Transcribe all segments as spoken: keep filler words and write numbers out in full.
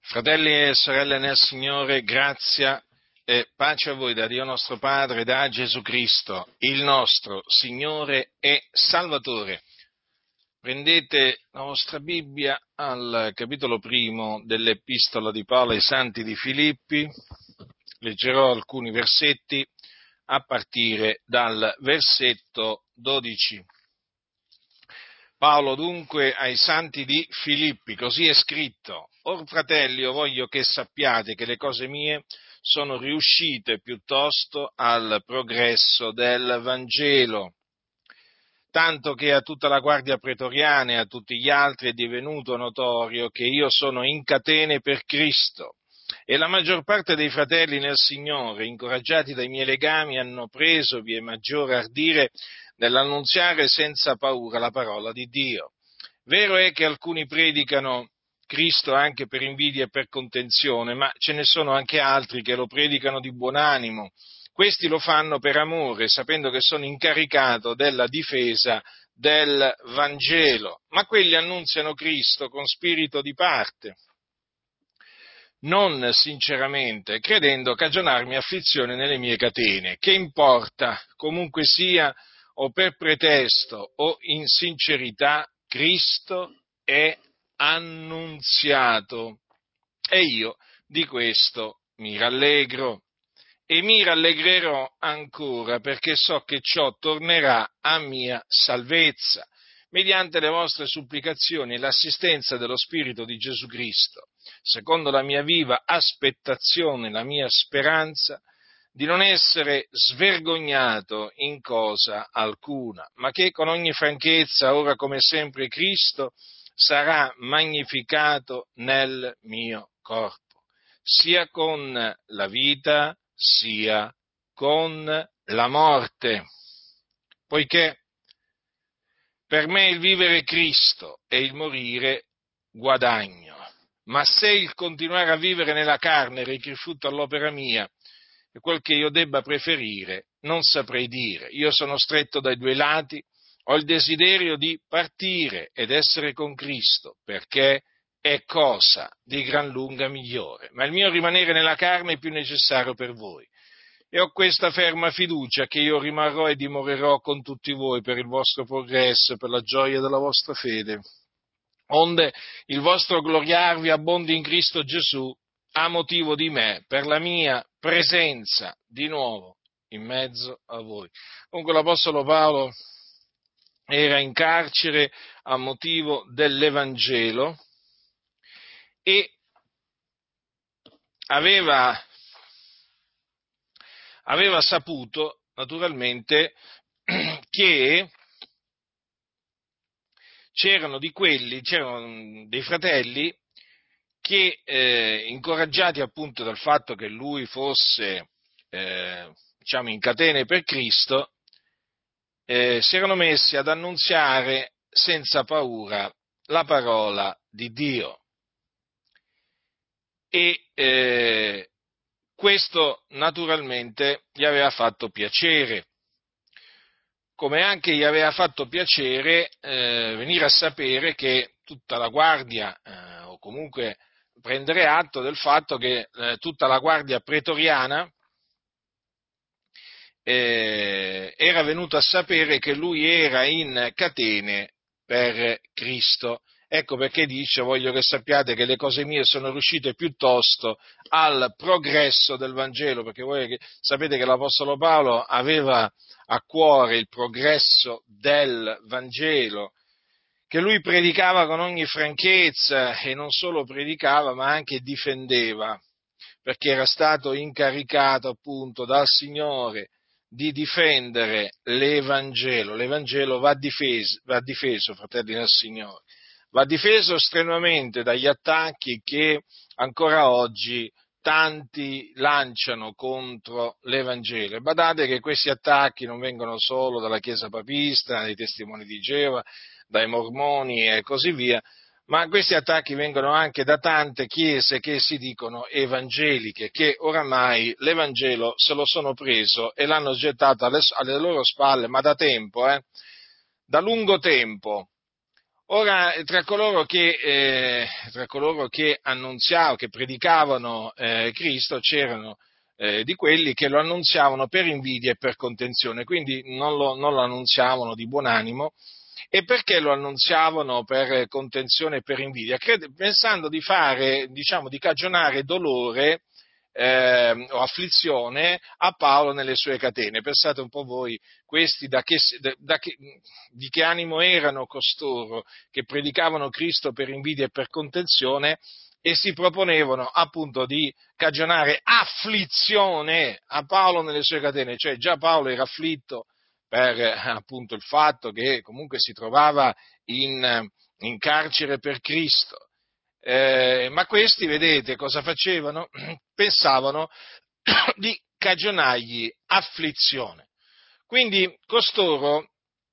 Fratelli e sorelle nel Signore, grazia e pace a voi da Dio nostro Padre, da Gesù Cristo, il nostro Signore e Salvatore. Prendete la vostra Bibbia al capitolo primo dell'Epistola di Paolo ai Santi di Filippi, leggerò alcuni versetti a partire dal versetto dodici. Paolo dunque ai Santi di Filippi, così è scritto: Or fratelli, io voglio che sappiate che le cose mie sono riuscite piuttosto al progresso del Vangelo, tanto che a tutta la guardia pretoriana e a tutti gli altri è divenuto notorio che io sono in catene per Cristo. E la maggior parte dei fratelli nel Signore, incoraggiati dai miei legami, hanno preso vie maggiore ardire nell'annunziare senza paura la parola di Dio. Vero è che alcuni predicano Cristo anche per invidia e per contenzione, ma ce ne sono anche altri che lo predicano di buon animo. Questi lo fanno per amore, sapendo che sono incaricato della difesa del Vangelo, ma quelli annunziano Cristo con spirito di parte, non sinceramente, credendo cagionarmi afflizione nelle mie catene. Che importa? Comunque sia, o per pretesto o in sincerità, Cristo è annunziato. E io di questo mi rallegro. E mi rallegrerò ancora, perché so che ciò tornerà a mia salvezza, mediante le vostre supplicazioni e l'assistenza dello Spirito di Gesù Cristo, secondo la mia viva aspettazione, la mia speranza, di non essere svergognato in cosa alcuna, ma che con ogni franchezza, ora come sempre, Cristo sarà magnificato nel mio corpo, sia con la vita, sia con la morte, poiché per me il vivere è Cristo e il morire guadagno, ma se il continuare a vivere nella carne rechi frutto all'opera mia, e quel che io debba preferire non saprei dire. Io sono stretto dai due lati, ho il desiderio di partire ed essere con Cristo, perché è cosa di gran lunga migliore, ma il mio rimanere nella carne è più necessario per voi. E ho questa ferma fiducia che io rimarrò e dimorerò con tutti voi per il vostro progresso e per la gioia della vostra fede, onde il vostro gloriarvi abbondi in Cristo Gesù a motivo di me, per la mia presenza di nuovo in mezzo a voi. Comunque l'Apostolo Paolo era in carcere a motivo dell'Evangelo e aveva, aveva saputo naturalmente che c'erano di quelli, c'erano dei fratelli che, eh, incoraggiati appunto dal fatto che lui fosse, eh, diciamo, in catene per Cristo, eh, si erano messi ad annunziare senza paura la parola di Dio. E eh, questo naturalmente gli aveva fatto piacere, come anche gli aveva fatto piacere eh, venire a sapere che tutta la guardia, eh, o comunque prendere atto del fatto che eh, tutta la guardia pretoriana eh, era venuta a sapere che lui era in catene per Cristo. Ecco perché dice: voglio che sappiate che le cose mie sono riuscite piuttosto al progresso del Vangelo, perché voi sapete che l'Apostolo Paolo aveva a cuore il progresso del Vangelo, che lui predicava con ogni franchezza, e non solo predicava ma anche difendeva, perché era stato incaricato appunto dal Signore di difendere l'Evangelo. L'Evangelo va difeso, va difeso, fratelli del Signore, va difeso strenuamente dagli attacchi che ancora oggi tanti lanciano contro l'Evangelo. E badate che questi attacchi non vengono solo dalla Chiesa papista, dai Testimoni di Geova, dai Mormoni e così via, ma questi attacchi vengono anche da tante chiese che si dicono evangeliche, che oramai l'Evangelo se lo sono preso e l'hanno gettato alle, alle loro spalle, ma da tempo, eh, da lungo tempo. Ora, tra coloro che, eh, tra coloro che annunziavano, che predicavano eh, Cristo, c'erano eh, di quelli che lo annunziavano per invidia e per contenzione, quindi non lo, non lo annunziavano di buon animo. E perché lo annunziavano per contenzione e per invidia? Crede, pensando di fare, diciamo, di cagionare dolore eh, o afflizione a Paolo nelle sue catene. Pensate un po' voi, questi da che, da che, di che animo erano costoro che predicavano Cristo per invidia e per contenzione e si proponevano appunto di cagionare afflizione a Paolo nelle sue catene, cioè già Paolo era afflitto per eh, appunto il fatto che comunque si trovava in, in carcere per Cristo. Eh, ma questi, vedete, cosa facevano? Pensavano di cagionargli afflizione. Quindi costoro,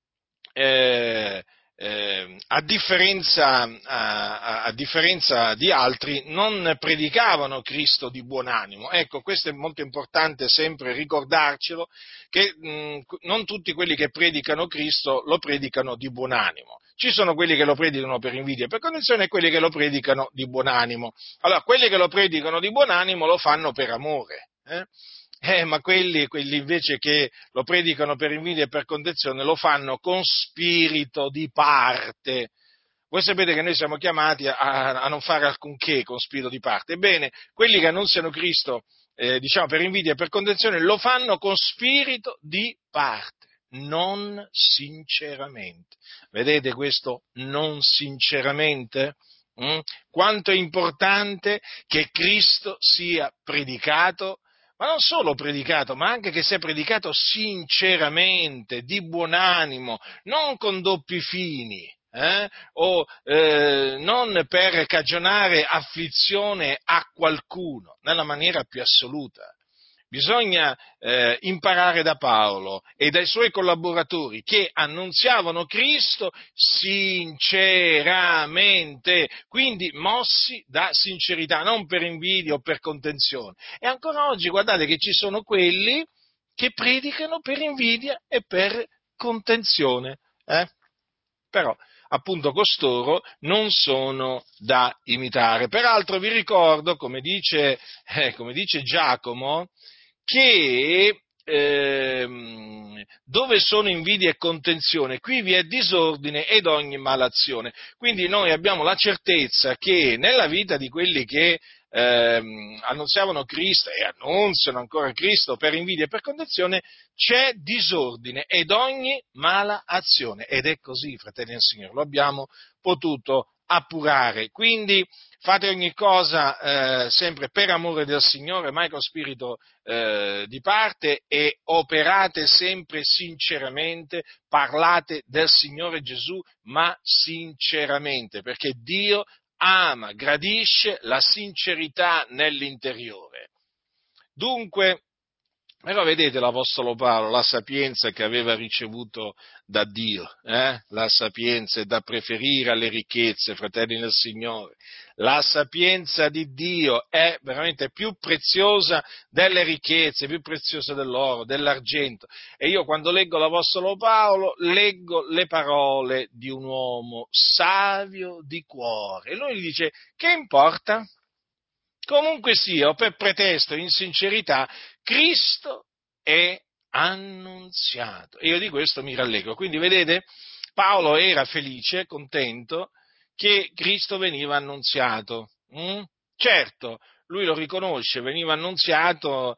eh, eh, a, differenza, a, a differenza di altri, non predicavano Cristo di buon animo. Ecco, questo è molto importante sempre ricordarcelo, che mh, non tutti quelli che predicano Cristo lo predicano di buon animo. Ci sono quelli che lo predicano per invidia e per condizione e quelli che lo predicano di buon animo. Allora, quelli che lo predicano di buon animo lo fanno per amore. Eh? Eh, ma quelli, quelli invece che lo predicano per invidia e per contenzione lo fanno con spirito di parte. Voi sapete che noi siamo chiamati a, a non fare alcunché con spirito di parte. Ebbene, quelli che annunziano Cristo, eh, diciamo per invidia e per contenzione, lo fanno con spirito di parte, non sinceramente. Vedete questo non sinceramente? Mm? Quanto è importante che Cristo sia predicato, ma non solo predicato, ma anche che sia predicato sinceramente, di buon animo, non con doppi fini, eh? o eh, non per cagionare afflizione a qualcuno, nella maniera più assoluta. Bisogna eh, imparare da Paolo e dai suoi collaboratori che annunziavano Cristo sinceramente, quindi mossi da sincerità, non per invidia o per contenzione. E ancora oggi guardate che ci sono quelli che predicano per invidia e per contenzione. Eh? Però appunto costoro non sono da imitare. Peraltro vi ricordo, come dice, eh, come dice Giacomo, che ehm, dove sono invidia e contenzione, qui vi è disordine ed ogni malazione. Quindi noi abbiamo la certezza che nella vita di quelli che ehm, annunziavano Cristo e annunziano ancora Cristo per invidia e per contenzione, c'è disordine ed ogni mala azione. Ed è così, fratelli del Signore, lo abbiamo potuto appurare. Quindi fate ogni cosa eh, sempre per amore del Signore, mai con spirito eh, di parte, e operate sempre sinceramente, parlate del Signore Gesù, ma sinceramente, perché Dio ama, gradisce la sincerità nell'interiore. Dunque, però vedete l'Apostolo Paolo, la sapienza che aveva ricevuto da Dio, eh? La sapienza è da preferire alle ricchezze, fratelli nel Signore. La sapienza di Dio è veramente più preziosa delle ricchezze, più preziosa dell'oro, dell'argento. E io quando leggo l'Apostolo Paolo, leggo le parole di un uomo savio di cuore. E lui gli dice, che importa? Comunque sia, o per pretesto, in sincerità, Cristo è annunziato. E io di questo mi rallegro. Quindi, vedete, Paolo era felice, contento, che Cristo veniva annunziato. Mm? Certo, lui lo riconosce, veniva annunziato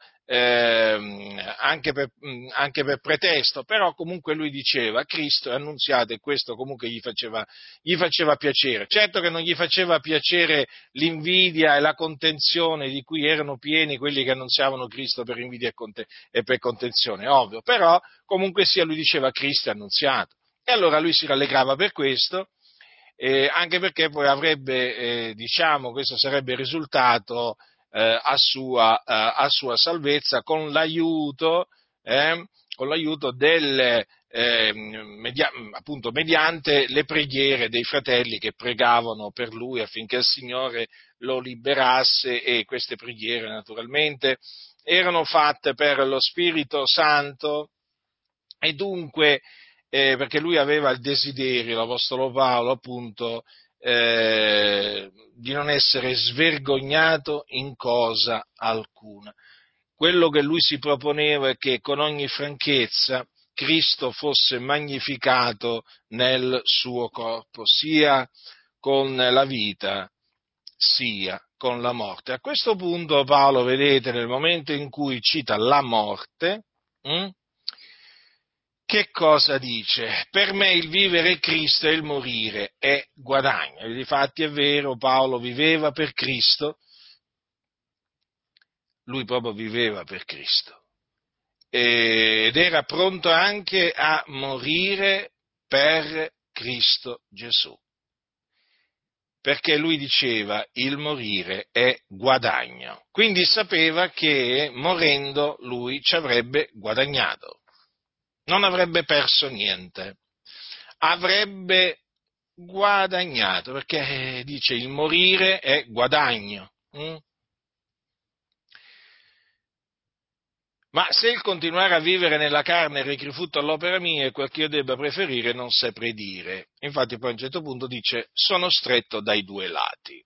ehm, anche, per, mh, anche per pretesto, però comunque lui diceva, Cristo è annunziato e questo comunque gli faceva, gli faceva piacere. Certo che non gli faceva piacere l'invidia e la contenzione di cui erano pieni quelli che annunziavano Cristo per invidia e, conte- e per contenzione, ovvio, però comunque sia lui diceva Cristo è annunziato. E allora lui si rallegrava per questo, eh, anche perché poi avrebbe, eh, diciamo, questo sarebbe il risultato eh, a, sua, eh, a sua salvezza con l'aiuto, eh, con l'aiuto del, eh, media, appunto, mediante le preghiere dei fratelli che pregavano per lui affinché il Signore lo liberasse, e queste preghiere naturalmente erano fatte per lo Spirito Santo. E dunque eh, perché lui aveva il desiderio, l'Apostolo Paolo appunto, eh, di non essere svergognato in cosa alcuna. Quello che lui si proponeva è che con ogni franchezza Cristo fosse magnificato nel suo corpo, sia con la vita, sia con la morte. A questo punto Paolo, vedete, nel momento in cui cita la morte, hm, che cosa dice? Per me il vivere è Cristo e il morire è guadagno. E difatti è vero, Paolo viveva per Cristo, lui proprio viveva per Cristo. Ed era pronto anche a morire per Cristo Gesù, perché lui diceva il morire è guadagno, quindi sapeva che morendo lui ci avrebbe guadagnato, non avrebbe perso niente, avrebbe guadagnato, perché dice il morire è guadagno. Hm? Ma se il continuare a vivere nella carne è recrifutto all'opera mia e quel che io debba preferire non saprei dire. Infatti poi a un certo punto dice sono stretto dai due lati.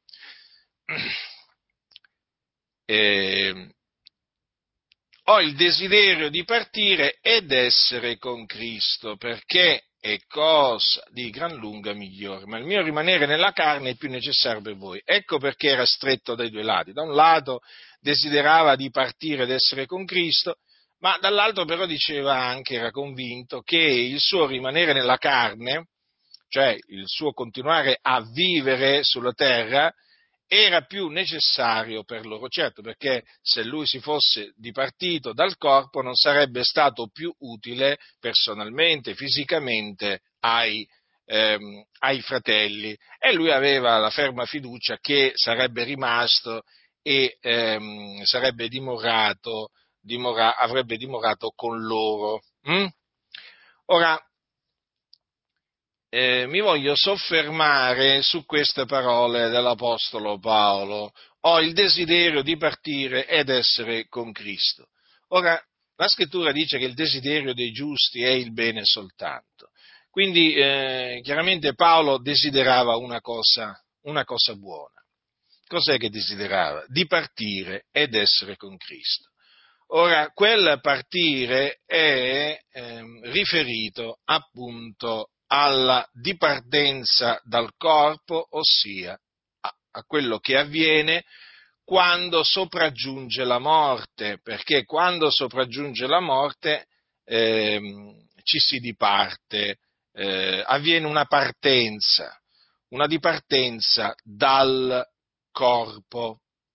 E ho il desiderio di partire ed essere con Cristo, perché è cosa di gran lunga migliore, ma il mio rimanere nella carne è più necessario per voi. Ecco perché era stretto dai due lati. Da un lato desiderava di partire ed essere con Cristo, ma dall'altro però diceva anche, era convinto, che il suo rimanere nella carne, cioè il suo continuare a vivere sulla terra, era più necessario per loro, certo, perché se lui si fosse dipartito dal corpo non sarebbe stato più utile personalmente, fisicamente ai, ehm, ai fratelli, e lui aveva la ferma fiducia che sarebbe rimasto e ehm, sarebbe dimorato, dimora, avrebbe dimorato con loro. Mm? Ora, Eh, mi voglio soffermare su queste parole dell'Apostolo Paolo. Ho il desiderio di partire ed essere con Cristo. Ora, la Scrittura dice che il desiderio dei giusti è il bene soltanto. Quindi, eh, chiaramente Paolo desiderava una cosa, una cosa buona. Cos'è che desiderava? Di partire ed essere con Cristo. Ora, quel partire è ehm, riferito appunto alla dipartenza dal corpo, ossia a, a quello che avviene quando sopraggiunge la morte, perché quando sopraggiunge la morte ehm, ci si diparte, eh, avviene una partenza, una dipartenza dal corpo.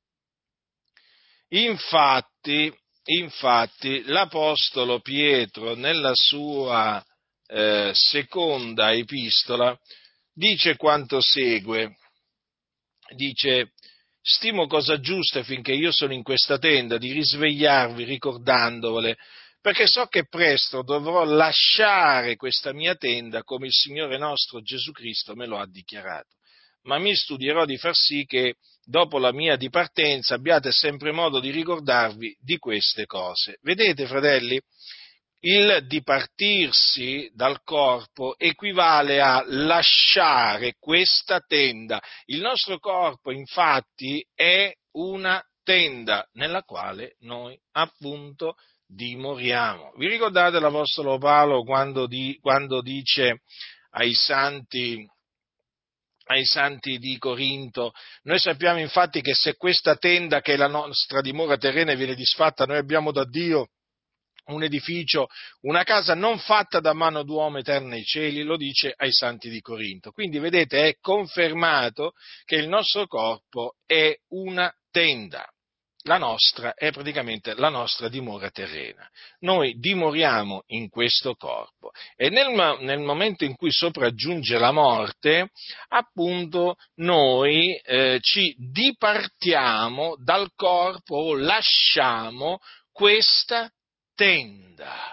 Infatti, infatti, l'Apostolo Pietro nella sua eh, seconda epistola dice quanto segue, dice: stimo cosa giusta finché io sono in questa tenda di risvegliarvi ricordandovele, perché so che presto dovrò lasciare questa mia tenda come il Signore nostro Gesù Cristo me lo ha dichiarato, ma mi studierò di far sì che dopo la mia dipartenza abbiate sempre modo di ricordarvi di queste cose. Vedete, fratelli, il dipartirsi dal corpo equivale a lasciare questa tenda. Il nostro corpo, infatti, è una tenda nella quale noi, appunto, dimoriamo. Vi ricordate l'Apostolo Paolo quando, di, quando dice ai santi ai santi di Corinto: noi sappiamo infatti che se questa tenda che è la nostra dimora terrena viene disfatta, noi abbiamo da Dio un edificio, una casa non fatta da mano d'uomo eterna ai cieli, lo dice ai santi di Corinto. Quindi vedete, è confermato che il nostro corpo è una tenda. La nostra è praticamente la nostra dimora terrena. Noi dimoriamo in questo corpo e nel, nel momento in cui sopraggiunge la morte, appunto, noi eh, ci dipartiamo dal corpo o lasciamo questa tenda.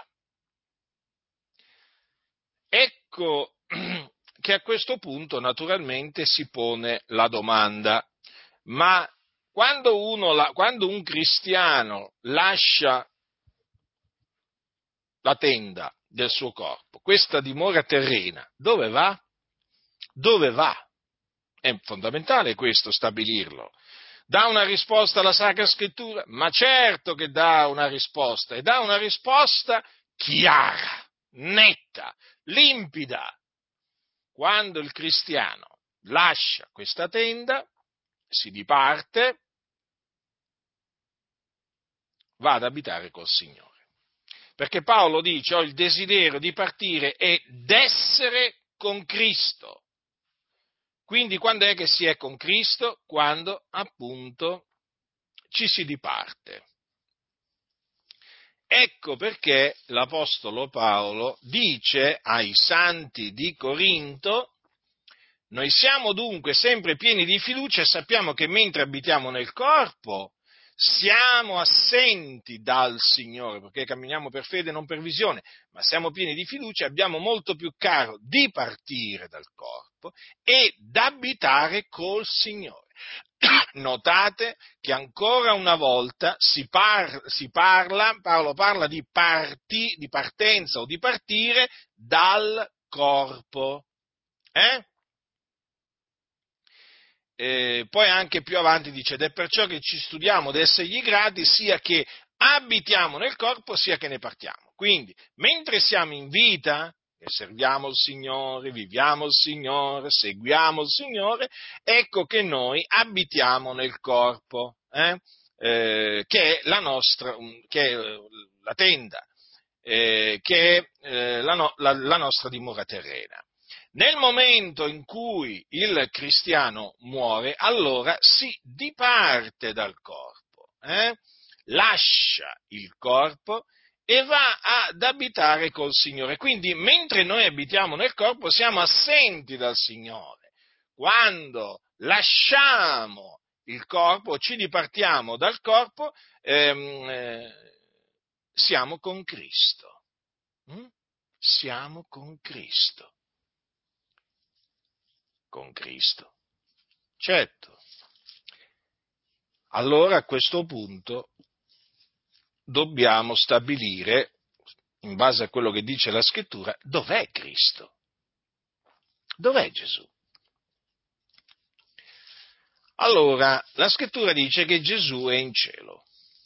Ecco che a questo punto naturalmente si pone la domanda: ma quando, uno, quando un cristiano lascia la tenda del suo corpo, questa dimora terrena, dove va? Dove va? È fondamentale questo, stabilirlo. Dà una risposta alla Sacra Scrittura? Ma certo che dà una risposta, e dà una risposta chiara, netta, limpida. Quando il cristiano lascia questa tenda, si diparte, va ad abitare col Signore. Perché Paolo dice: ho il desiderio di partire ed essere con Cristo. Quindi quando è che si è con Cristo? Quando appunto ci si diparte. Ecco perché l'Apostolo Paolo dice ai santi di Corinto: noi siamo dunque sempre pieni di fiducia e sappiamo che mentre abitiamo nel corpo siamo assenti dal Signore, perché camminiamo per fede e non per visione, ma siamo pieni di fiducia e abbiamo molto più caro di partire dal corpo e d'abitare col Signore. Notate che ancora una volta si, par- si parla, Paolo parla di, parti, di partenza o di partire dal corpo. Eh? Eh, poi anche più avanti dice: ed è perciò che ci studiamo ad essergli grati, sia che abitiamo nel corpo, sia che ne partiamo. Quindi, mentre siamo in vita, e serviamo il Signore, viviamo il Signore, seguiamo il Signore, ecco che noi abitiamo nel corpo, eh? Eh, che è la nostra, che è la tenda, eh, che è eh, la, no, la, la nostra dimora terrena. Nel momento in cui il cristiano muore, allora si diparte dal corpo, eh? lascia il corpo e va ad abitare col Signore. Quindi, mentre noi abitiamo nel corpo, siamo assenti dal Signore. Quando lasciamo il corpo, ci dipartiamo dal corpo, ehm, eh, siamo con Cristo. Mm? Siamo con Cristo. Con Cristo. Certo. Allora a questo punto dobbiamo stabilire, in base a quello che dice la Scrittura, dov'è Cristo? Dov'è Gesù? Allora, la Scrittura dice che Gesù è in cielo.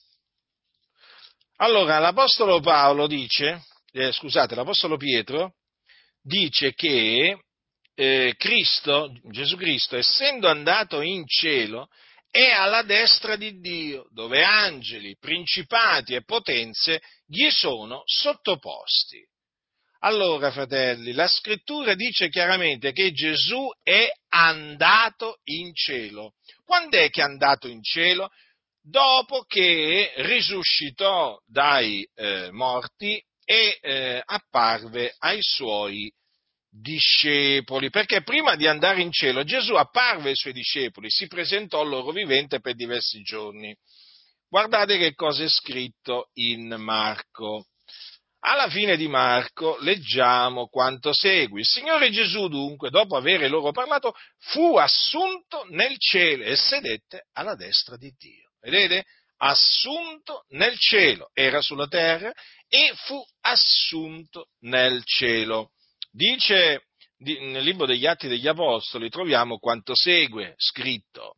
Allora, l'Apostolo Paolo dice, eh, scusate, l'Apostolo Pietro dice che eh, Cristo, Gesù Cristo, essendo andato in cielo, è alla destra di Dio, dove angeli, principati e potenze gli sono sottoposti. Allora, fratelli, la Scrittura dice chiaramente che Gesù è andato in cielo. Quando è che è andato in cielo? Dopo che risuscitò dai eh, morti e eh, apparve ai suoi discepoli, perché prima di andare in cielo Gesù apparve ai suoi discepoli, si presentò loro vivente per diversi giorni. Guardate che cosa è scritto in Marco. Alla fine di Marco leggiamo quanto segue. Il Signore Gesù dunque, dopo aver loro parlato, fu assunto nel cielo e sedette alla destra di Dio. Vedete? Assunto nel cielo, era sulla terra e fu assunto nel cielo. Dice nel libro degli Atti degli Apostoli, troviamo quanto segue scritto.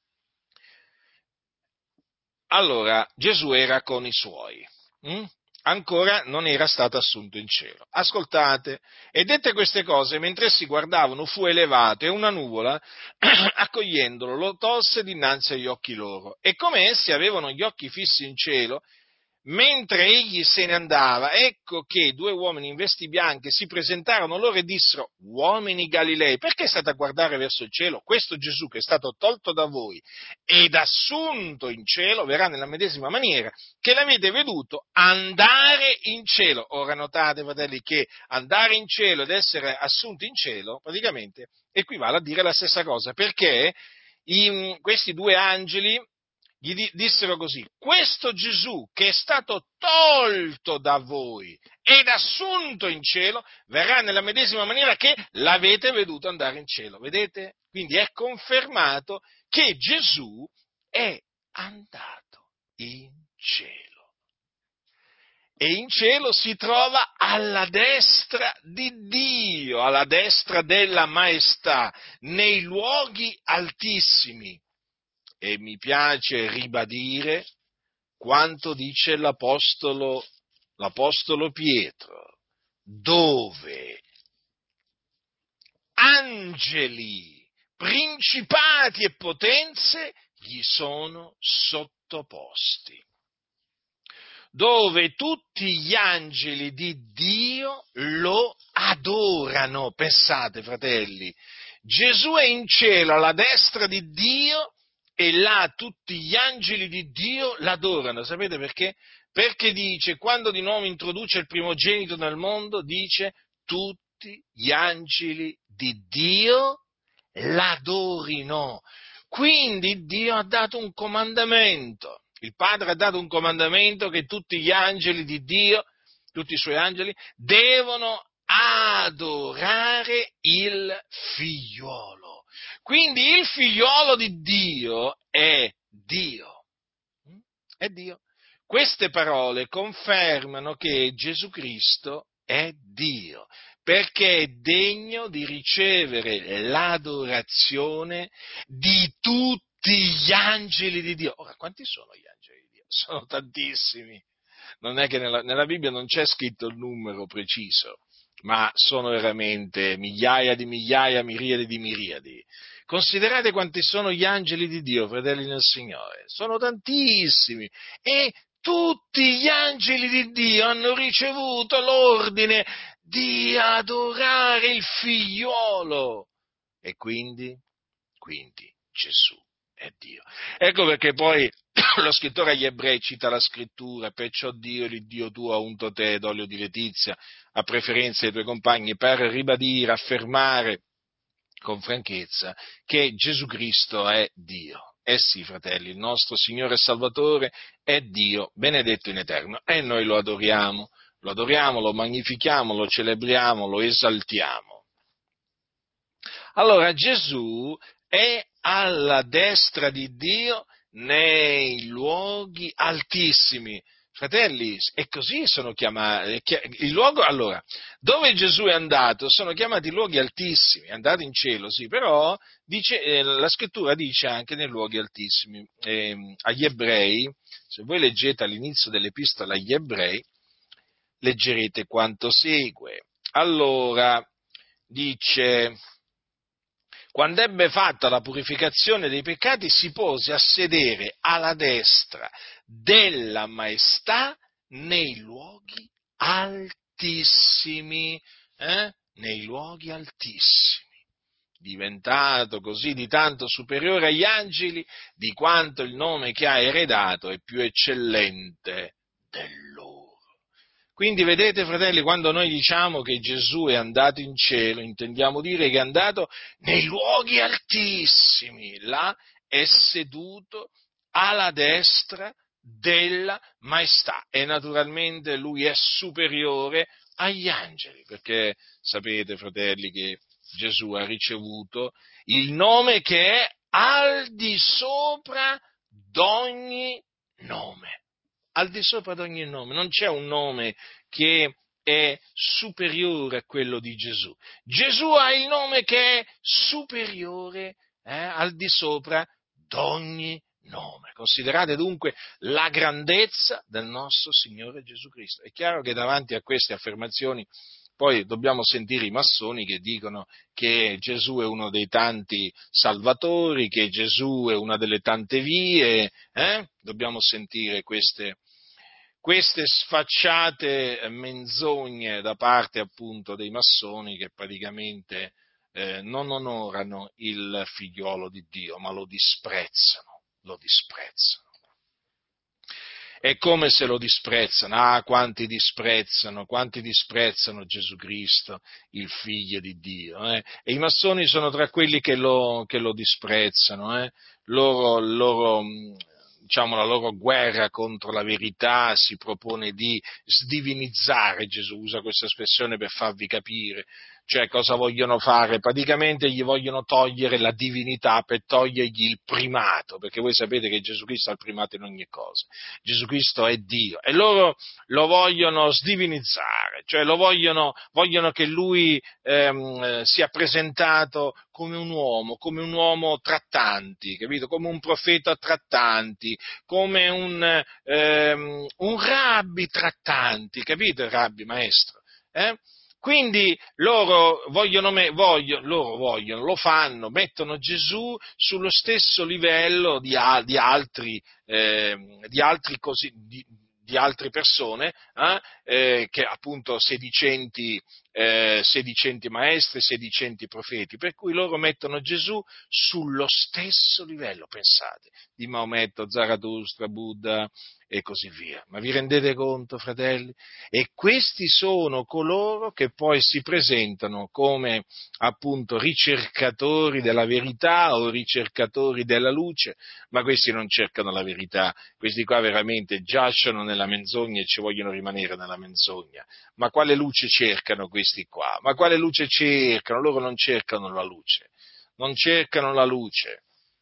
Allora, Gesù era con i suoi. Hm? Ancora non era stato assunto in cielo. Ascoltate, e dette queste cose, mentre essi guardavano, fu elevato e una nuvola, accogliendolo, lo tolse dinanzi agli occhi loro. E come essi avevano gli occhi fissi in cielo, mentre egli se ne andava, ecco che due uomini in vesti bianche si presentarono loro e dissero: uomini Galilei, perché state a guardare verso il cielo? Questo Gesù che è stato tolto da voi ed assunto in cielo verrà nella medesima maniera che l'avete veduto andare in cielo. Ora notate, fratelli, che andare in cielo ed essere assunti in cielo praticamente equivale a dire la stessa cosa, perché in questi due angeli gli dissero così: questo Gesù che è stato tolto da voi ed assunto in cielo verrà nella medesima maniera che l'avete veduto andare in cielo. Vedete? Quindi è confermato che Gesù è andato in cielo. e in cielo si trova alla destra di Dio, alla destra della maestà, nei luoghi altissimi. E mi piace ribadire quanto dice l'apostolo, l'apostolo Pietro, dove angeli, principati e potenze gli sono sottoposti, dove tutti gli angeli di Dio lo adorano. Pensate, fratelli, Gesù è in cielo alla destra di Dio e là tutti gli angeli di Dio l'adorano. Sapete perché? Perché dice, quando di nuovo introduce il primogenito nel mondo, dice tutti gli angeli di Dio l'adorino. Quindi Dio ha dato un comandamento, il Padre ha dato un comandamento che tutti gli angeli di Dio, tutti i suoi angeli, devono adorare il figliolo. Quindi il figliolo di Dio è Dio. È Dio. Queste parole confermano che Gesù Cristo è Dio, perché è degno di ricevere l'adorazione di tutti gli angeli di Dio. Ora, quanti sono gli angeli di Dio? Sono tantissimi. Non è che nella, nella Bibbia non c'è scritto il numero preciso, ma sono veramente migliaia di migliaia, miriadi di miriadi. Considerate quanti sono gli angeli di Dio, fratelli nel Signore. Sono tantissimi. E tutti gli angeli di Dio hanno ricevuto l'ordine di adorare il figliolo. E quindi, quindi Gesù è Dio. Ecco perché poi lo scrittore agli Ebrei cita la scrittura: perciò Dio, l'Iddio tuo, ha unto te d'olio di letizia a preferenza dei tuoi compagni, per ribadire, affermare con franchezza che Gesù Cristo è Dio. Eh sì, fratelli, il nostro Signore e Salvatore è Dio, benedetto in eterno, e noi lo adoriamo, lo adoriamo, lo magnifichiamo, lo celebriamo, lo esaltiamo. Allora Gesù è alla destra di Dio nei luoghi altissimi. Fratelli, e così sono chiamati, il luogo, allora, dove Gesù è andato sono chiamati luoghi altissimi, è andato in cielo, sì, però dice, eh, la scrittura dice anche nei luoghi altissimi. Eh, agli Ebrei, se voi leggete all'inizio dell'epistola agli Ebrei, leggerete quanto segue. Allora, dice: quando ebbe fatta la purificazione dei peccati, si pose a sedere alla destra della maestà nei luoghi altissimi, eh? nei luoghi altissimi, diventato così di tanto superiore agli angeli, di quanto il nome che ha eredato è più eccellente del loro. Quindi vedete, fratelli, quando noi diciamo che Gesù è andato in cielo, intendiamo dire che è andato nei luoghi altissimi, là è seduto alla destra della maestà, e naturalmente lui è superiore agli angeli, perché sapete, fratelli, che Gesù ha ricevuto il nome che è al di sopra d'ogni nome. Al di sopra di ogni nome, non c'è un nome che è superiore a quello di Gesù. Gesù ha il nome che è superiore eh, al di sopra d'ogni nome. Considerate dunque la grandezza del nostro Signore Gesù Cristo. È chiaro che davanti a queste affermazioni poi dobbiamo sentire i massoni che dicono che Gesù è uno dei tanti salvatori, che Gesù è una delle tante vie, eh? Dobbiamo sentire queste, queste sfacciate menzogne da parte appunto dei massoni che praticamente eh, non onorano il figliolo di Dio, ma lo disprezzano, lo disprezzano. È come se lo disprezzano. Ah, quanti disprezzano, quanti disprezzano Gesù Cristo, il Figlio di Dio. Eh? E i massoni sono tra quelli che lo, che lo disprezzano. Eh? Loro, loro, diciamo, la loro guerra contro la verità si propone di sdivinizzare Gesù, usa questa espressione per farvi capire. Cioè, cosa vogliono fare? Praticamente gli vogliono togliere la divinità per togliergli il primato, perché voi sapete che Gesù Cristo ha il primato in ogni cosa. Gesù Cristo è Dio e loro lo vogliono sdivinizzare, cioè lo vogliono, vogliono che lui ehm, sia presentato come un uomo, come un uomo trattanti, capito? Come un profeta trattanti, come un, ehm, un rabbi trattanti, capito? Il rabbi, maestro. Eh? Quindi loro vogliono, vogliono, loro vogliono, lo fanno, mettono Gesù sullo stesso livello di, di altri, eh, di altri così, di, di altre persone, eh, eh, che appunto sedicenti, eh, sedicenti maestri, sedicenti profeti, per cui loro mettono Gesù sullo stesso livello, pensate, di Maometto, Zarathustra, Buddha e così via. Ma vi rendete conto, fratelli? E questi sono coloro che poi si presentano come appunto ricercatori della verità o ricercatori della luce, ma questi non cercano la verità, questi qua veramente giacciono nella menzogna e ci vogliono rimanere nella menzogna. Ma quale luce cercano questi qua? Ma quale luce cercano? Loro non cercano la luce, non cercano la luce.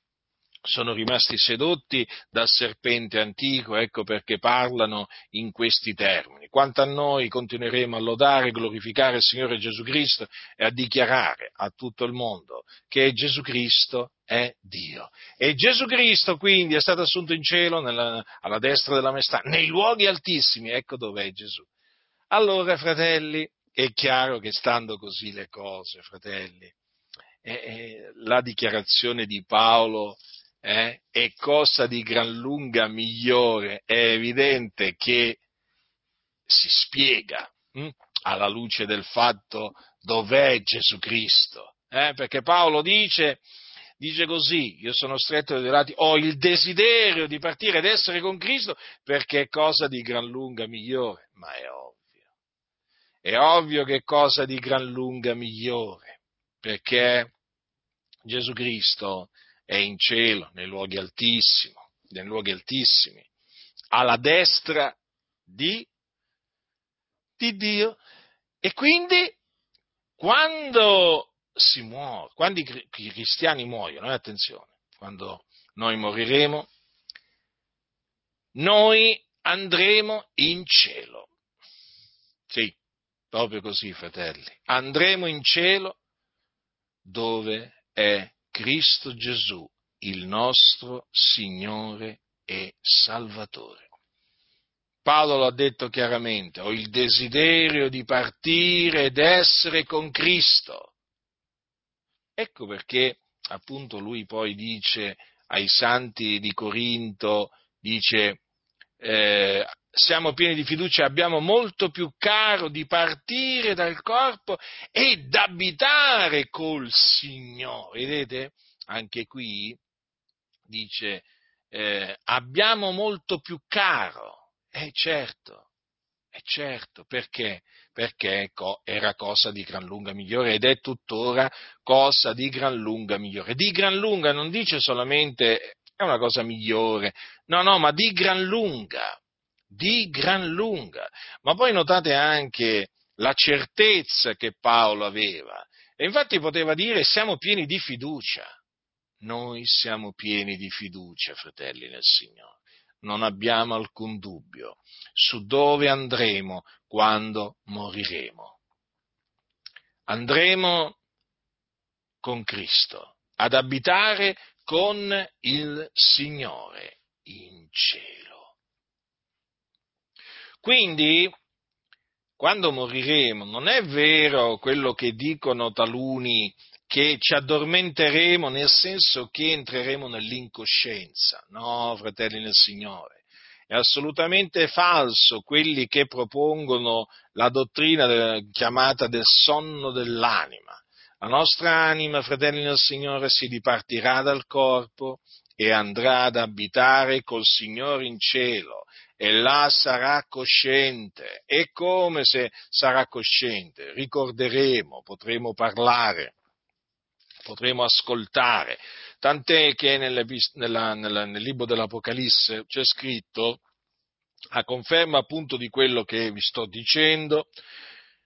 Sono rimasti sedotti dal serpente antico, ecco perché parlano in questi termini. Quanto a noi continueremo a lodare e glorificare il Signore Gesù Cristo e a dichiarare a tutto il mondo che Gesù Cristo è Dio. E Gesù Cristo quindi è stato assunto in cielo nella, alla destra della maestà, nei luoghi altissimi, ecco dov'è Gesù. Allora, fratelli, è chiaro che stando così le cose, fratelli, eh, eh, la dichiarazione di Paolo Eh, è cosa di gran lunga migliore, è evidente che si spiega hm, alla luce del fatto dov'è Gesù Cristo, eh, perché Paolo dice, dice così, io sono stretto dai lati, ho il desiderio di partire ed essere con Cristo perché è cosa di gran lunga migliore, ma è ovvio, è ovvio che è cosa di gran lunga migliore, perché Gesù Cristo è in cielo, nei luoghi altissimi, nei luoghi altissimi, alla destra di, di Dio. E quindi, quando si muore, quando i, i cristiani muoiono, eh, attenzione, quando noi moriremo, noi andremo in cielo. Sì, proprio così, fratelli. Andremo in cielo dove è Cristo Gesù, il nostro Signore e Salvatore. Paolo l'ha detto chiaramente, ho il desiderio di partire ed essere con Cristo. Ecco perché appunto lui poi dice ai santi di Corinto, dice, eh, siamo pieni di fiducia, abbiamo molto più caro di partire dal corpo ed abitare col Signore. Vedete? Anche qui dice, eh, abbiamo molto più caro. Eh certo, è certo, perché? Perché era cosa di gran lunga migliore ed è tuttora cosa di gran lunga migliore. Di gran lunga non dice solamente è una cosa migliore, no, no, ma di gran lunga, di gran lunga. Ma poi notate anche la certezza che Paolo aveva. E infatti poteva dire siamo pieni di fiducia. Noi siamo pieni di fiducia, fratelli nel Signore. Non abbiamo alcun dubbio su dove andremo quando moriremo. Andremo con Cristo ad abitare con il Signore in cielo. Quindi, quando moriremo, non è vero quello che dicono taluni che ci addormenteremo nel senso che entreremo nell'incoscienza. No, fratelli nel Signore. È assolutamente falso quelli che propongono la dottrina de, chiamata del sonno dell'anima. La nostra anima, fratelli nel Signore, si dipartirà dal corpo e andrà ad abitare col Signore in cielo e là sarà cosciente. E come se sarà cosciente? Ricorderemo, potremo parlare, potremo ascoltare. Tant'è che nella, nella, nel libro dell'Apocalisse c'è scritto, a conferma appunto di quello che vi sto dicendo,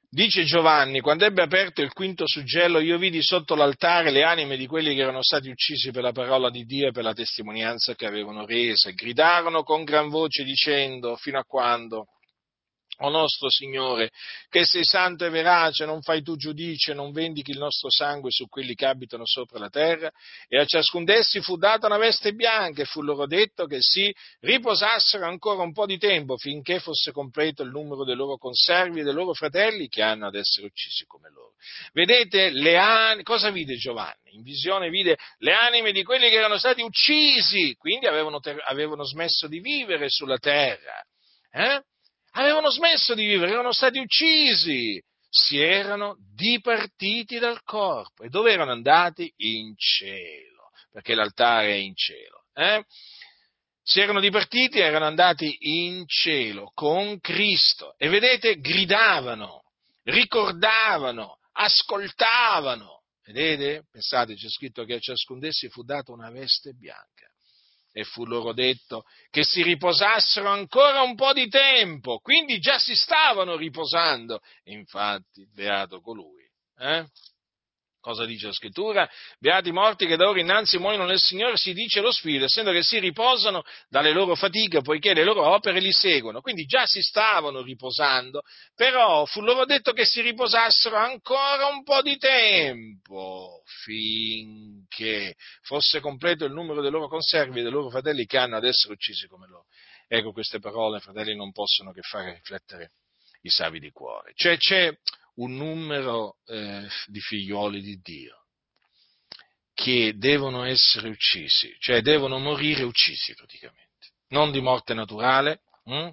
Dice Giovanni: quando ebbe aperto il quinto suggello, io vidi sotto l'altare le anime di quelli che erano stati uccisi per la parola di Dio e per la testimonianza che avevano resa, e gridarono con gran voce dicendo: fino a quando, o nostro Signore, che sei santo e verace, non fai tu giudice, non vendichi il nostro sangue su quelli che abitano sopra la terra? E a ciascun d'essi fu data una veste bianca, e fu loro detto che si riposassero ancora un po' di tempo, finché fosse completo il numero dei loro conservi e dei loro fratelli che hanno ad essere uccisi come loro. Vedete, le an- cosa vide Giovanni? In visione vide le anime di quelli che erano stati uccisi, quindi avevano, ter- avevano smesso di vivere sulla terra. Eh? Avevano smesso di vivere, erano stati uccisi, si erano dipartiti dal corpo. E dove erano andati? In cielo, perché l'altare è in cielo. Eh? Si erano dipartiti e erano andati in cielo con Cristo. E vedete, gridavano, ricordavano, ascoltavano. Vedete? Pensate, c'è scritto che a ciascun d'essi fu data una veste bianca. E fu loro detto che si riposassero ancora un po' di tempo, quindi già si stavano riposando. E infatti, beato colui. Eh? Cosa dice la scrittura? Beati i morti che da ora innanzi muoiono nel Signore, si dice lo Spirito, essendo che si riposano dalle loro fatiche, poiché le loro opere li seguono. Quindi già si stavano riposando, però fu loro detto che si riposassero ancora un po' di tempo, finché fosse completo il numero dei loro conservi e dei loro fratelli che hanno ad essere uccisi come loro. Ecco, queste parole, fratelli, non possono che fare riflettere i savi di cuore. Cioè, c'è un numero eh, di figlioli di Dio che devono essere uccisi, cioè devono morire uccisi praticamente, non di morte naturale, hm?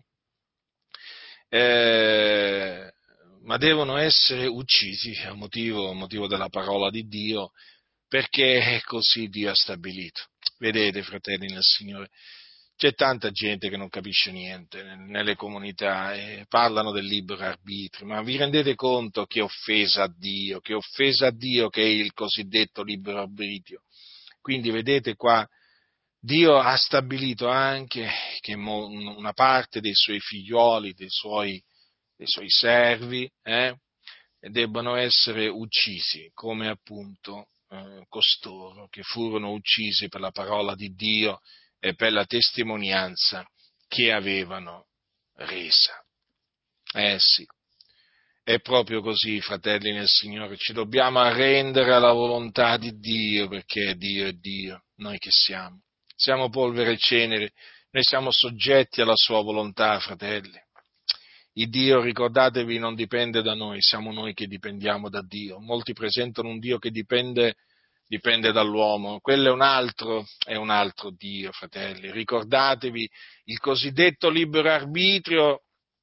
eh, ma devono essere uccisi a motivo, a motivo della parola di Dio, perché così Dio ha stabilito. Vedete, fratelli nel Signore, c'è tanta gente che non capisce niente nelle comunità e parlano del libero arbitrio, ma vi rendete conto che offesa a Dio, che offesa a Dio che è il cosiddetto libero arbitrio? Quindi vedete qua, Dio ha stabilito anche che una parte dei suoi figlioli, dei suoi, dei suoi servi, eh, debbano essere uccisi, come appunto eh, costoro che furono uccisi per la parola di Dio e per la testimonianza che avevano resa. Eh sì, è proprio così, fratelli nel Signore, ci dobbiamo arrendere alla volontà di Dio, perché Dio è Dio, noi che siamo? Siamo polvere e cenere, noi siamo soggetti alla sua volontà, fratelli. Il Dio, ricordatevi, non dipende da noi, siamo noi che dipendiamo da Dio. Molti presentano un Dio che dipende, dipende dall'uomo, quello è un altro, è un altro Dio, fratelli. Ricordatevi, il cosiddetto libero arbitrio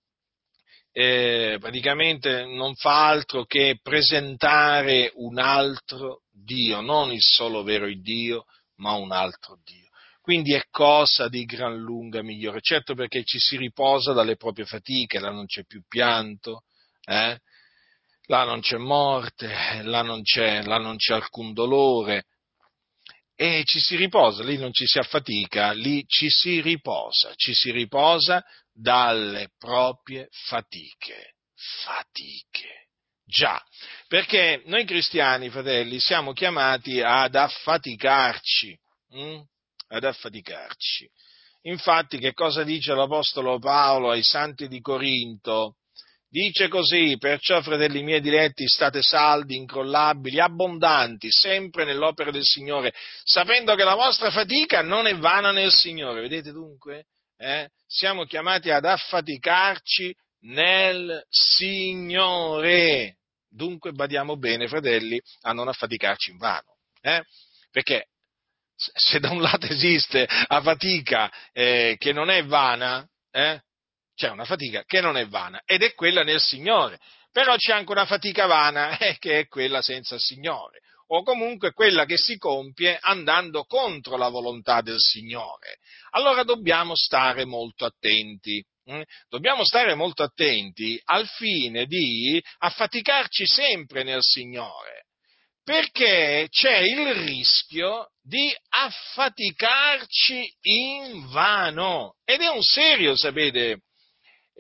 eh, praticamente non fa altro che presentare un altro Dio, non il solo vero Dio, ma un altro Dio. Quindi è cosa di gran lunga migliore, certo, perché ci si riposa dalle proprie fatiche, là non c'è più pianto, eh? Là non c'è morte, là non c'è, là non c'è alcun dolore, e ci si riposa, lì non ci si affatica, lì ci si riposa, ci si riposa dalle proprie fatiche, fatiche. Già, perché noi cristiani, fratelli, siamo chiamati ad affaticarci, hm? ad affaticarci. Infatti, che cosa dice l'Apostolo Paolo ai santi di Corinto? Dice così: perciò, fratelli miei diletti, state saldi, incrollabili, abbondanti, sempre nell'opera del Signore, sapendo che la vostra fatica non è vana nel Signore. Vedete dunque? Eh? Siamo chiamati ad affaticarci nel Signore. Dunque badiamo bene, fratelli, a non affaticarci in vano. Eh? Perché se da un lato esiste la fatica eh, che non è vana, eh? C'è una fatica che non è vana ed è quella nel Signore, però c'è anche una fatica vana eh, che è quella senza il Signore, o comunque quella che si compie andando contro la volontà del Signore. Allora dobbiamo stare molto attenti. hm? Dobbiamo stare molto attenti al fine di affaticarci sempre nel Signore, perché c'è il rischio di affaticarci in vano, ed è un serio, sapete,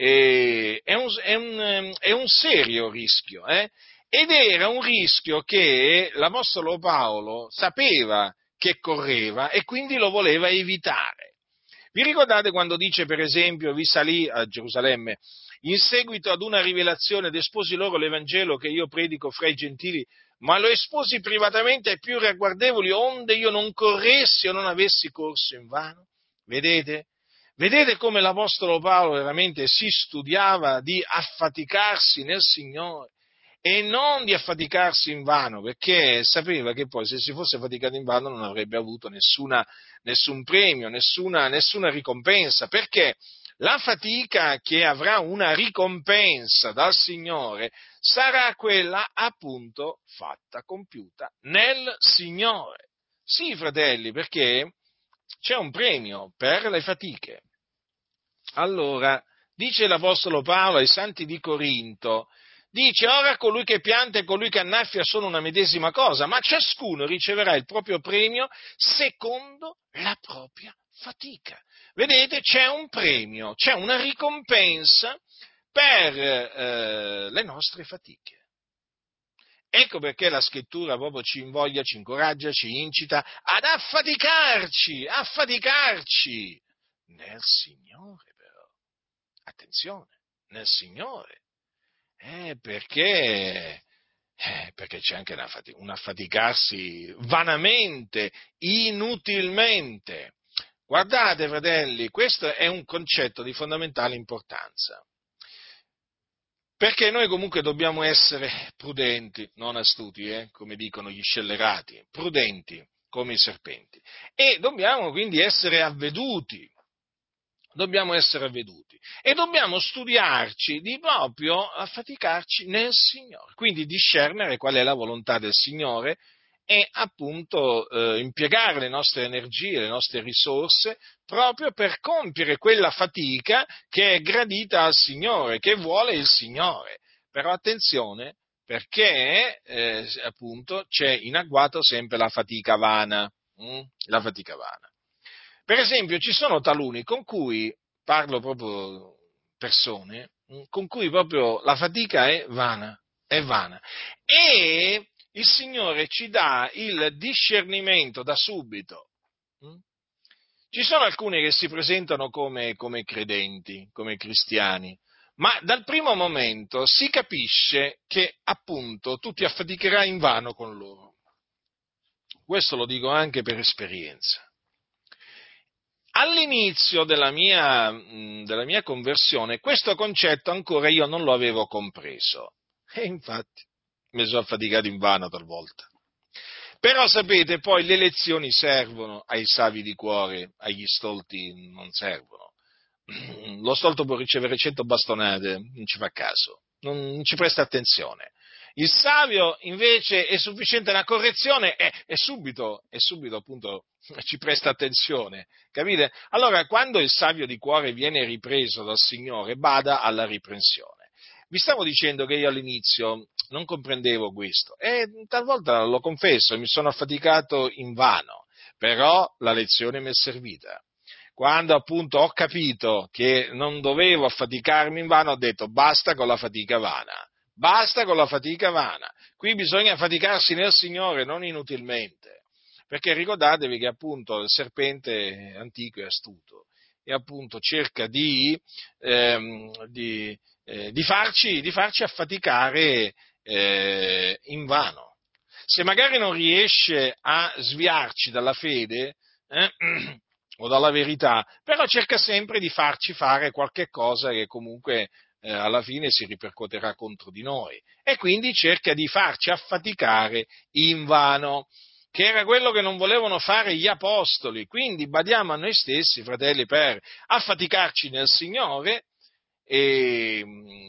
eh, è, un, è, un, è un serio rischio, eh? Ed era un rischio che l'Apostolo Paolo sapeva che correva e quindi lo voleva evitare. Vi ricordate quando dice, per esempio, vi salì a Gerusalemme in seguito ad una rivelazione ed esposi loro l'Evangelo che io predico fra i gentili, ma lo esposi privatamente ai più ragguardevoli, onde io non corressi o non avessi corso invano? Vedete? Vedete come l'Apostolo Paolo veramente si studiava di affaticarsi nel Signore e non di affaticarsi invano, perché sapeva che poi se si fosse faticato invano non avrebbe avuto nessuna, nessun premio, nessuna, nessuna ricompensa, perché la fatica che avrà una ricompensa dal Signore sarà quella appunto fatta, compiuta nel Signore. Sì, fratelli, perché c'è un premio per le fatiche. Allora, dice l'Apostolo Paolo ai santi di Corinto, dice, ora colui che pianta e colui che annaffia sono una medesima cosa, ma ciascuno riceverà il proprio premio secondo la propria fatica. Vedete, c'è un premio, c'è una ricompensa per eh, le nostre fatiche. Ecco perché la scrittura proprio ci invoglia, ci incoraggia, ci incita ad affaticarci, affaticarci nel Signore però. Attenzione, nel Signore. Eh, perché, eh, perché c'è anche una fatica, un affaticarsi vanamente, inutilmente. Guardate, fratelli, questo è un concetto di fondamentale importanza. Perché noi comunque dobbiamo essere prudenti, non astuti, eh, come dicono gli scellerati, prudenti come i serpenti. E dobbiamo quindi essere avveduti, dobbiamo essere avveduti e dobbiamo studiarci di proprio affaticarci nel Signore, quindi discernere qual è la volontà del Signore e appunto eh, impiegare le nostre energie, le nostre risorse proprio per compiere quella fatica che è gradita al Signore, che vuole il Signore. Però attenzione, perché eh, appunto c'è in agguato sempre la fatica vana, hm? la fatica vana. Per esempio, ci sono taluni con cui, parlo proprio persone, hm, con cui proprio la fatica è vana, è vana. E il Signore ci dà il discernimento da subito. hm? Ci sono alcuni che si presentano come, come credenti, come cristiani, ma dal primo momento si capisce che appunto tu ti affaticherai invano con loro. Questo lo dico anche per esperienza. All'inizio della mia, della mia conversione questo concetto ancora io non lo avevo compreso e infatti mi sono affaticato invano talvolta. Però sapete, poi le lezioni servono ai savi di cuore, agli stolti non servono. Lo stolto può ricevere cento bastonate, non ci fa caso, non ci presta attenzione. Il savio invece è sufficiente una correzione e, e subito, e subito appunto ci presta attenzione, capite? Allora quando il savio di cuore viene ripreso dal Signore, bada alla riprensione. Vi stavo dicendo che io all'inizio non comprendevo questo e talvolta, lo confesso, mi sono affaticato invano, però la lezione mi è servita. Quando appunto ho capito che non dovevo affaticarmi invano, ho detto basta con la fatica vana, basta con la fatica vana, qui bisogna faticarsi nel Signore, non inutilmente, perché ricordatevi che appunto il serpente antico è astuto e appunto cerca di, ehm, di, eh, di, farci, di farci affaticare eh, invano. Se magari non riesce a sviarci dalla fede, eh, o dalla verità, però cerca sempre di farci fare qualche cosa che comunque eh, alla fine si ripercuoterà contro di noi e quindi cerca di farci affaticare invano, che era quello che non volevano fare gli apostoli. Quindi badiamo a noi stessi, fratelli, per affaticarci nel Signore e,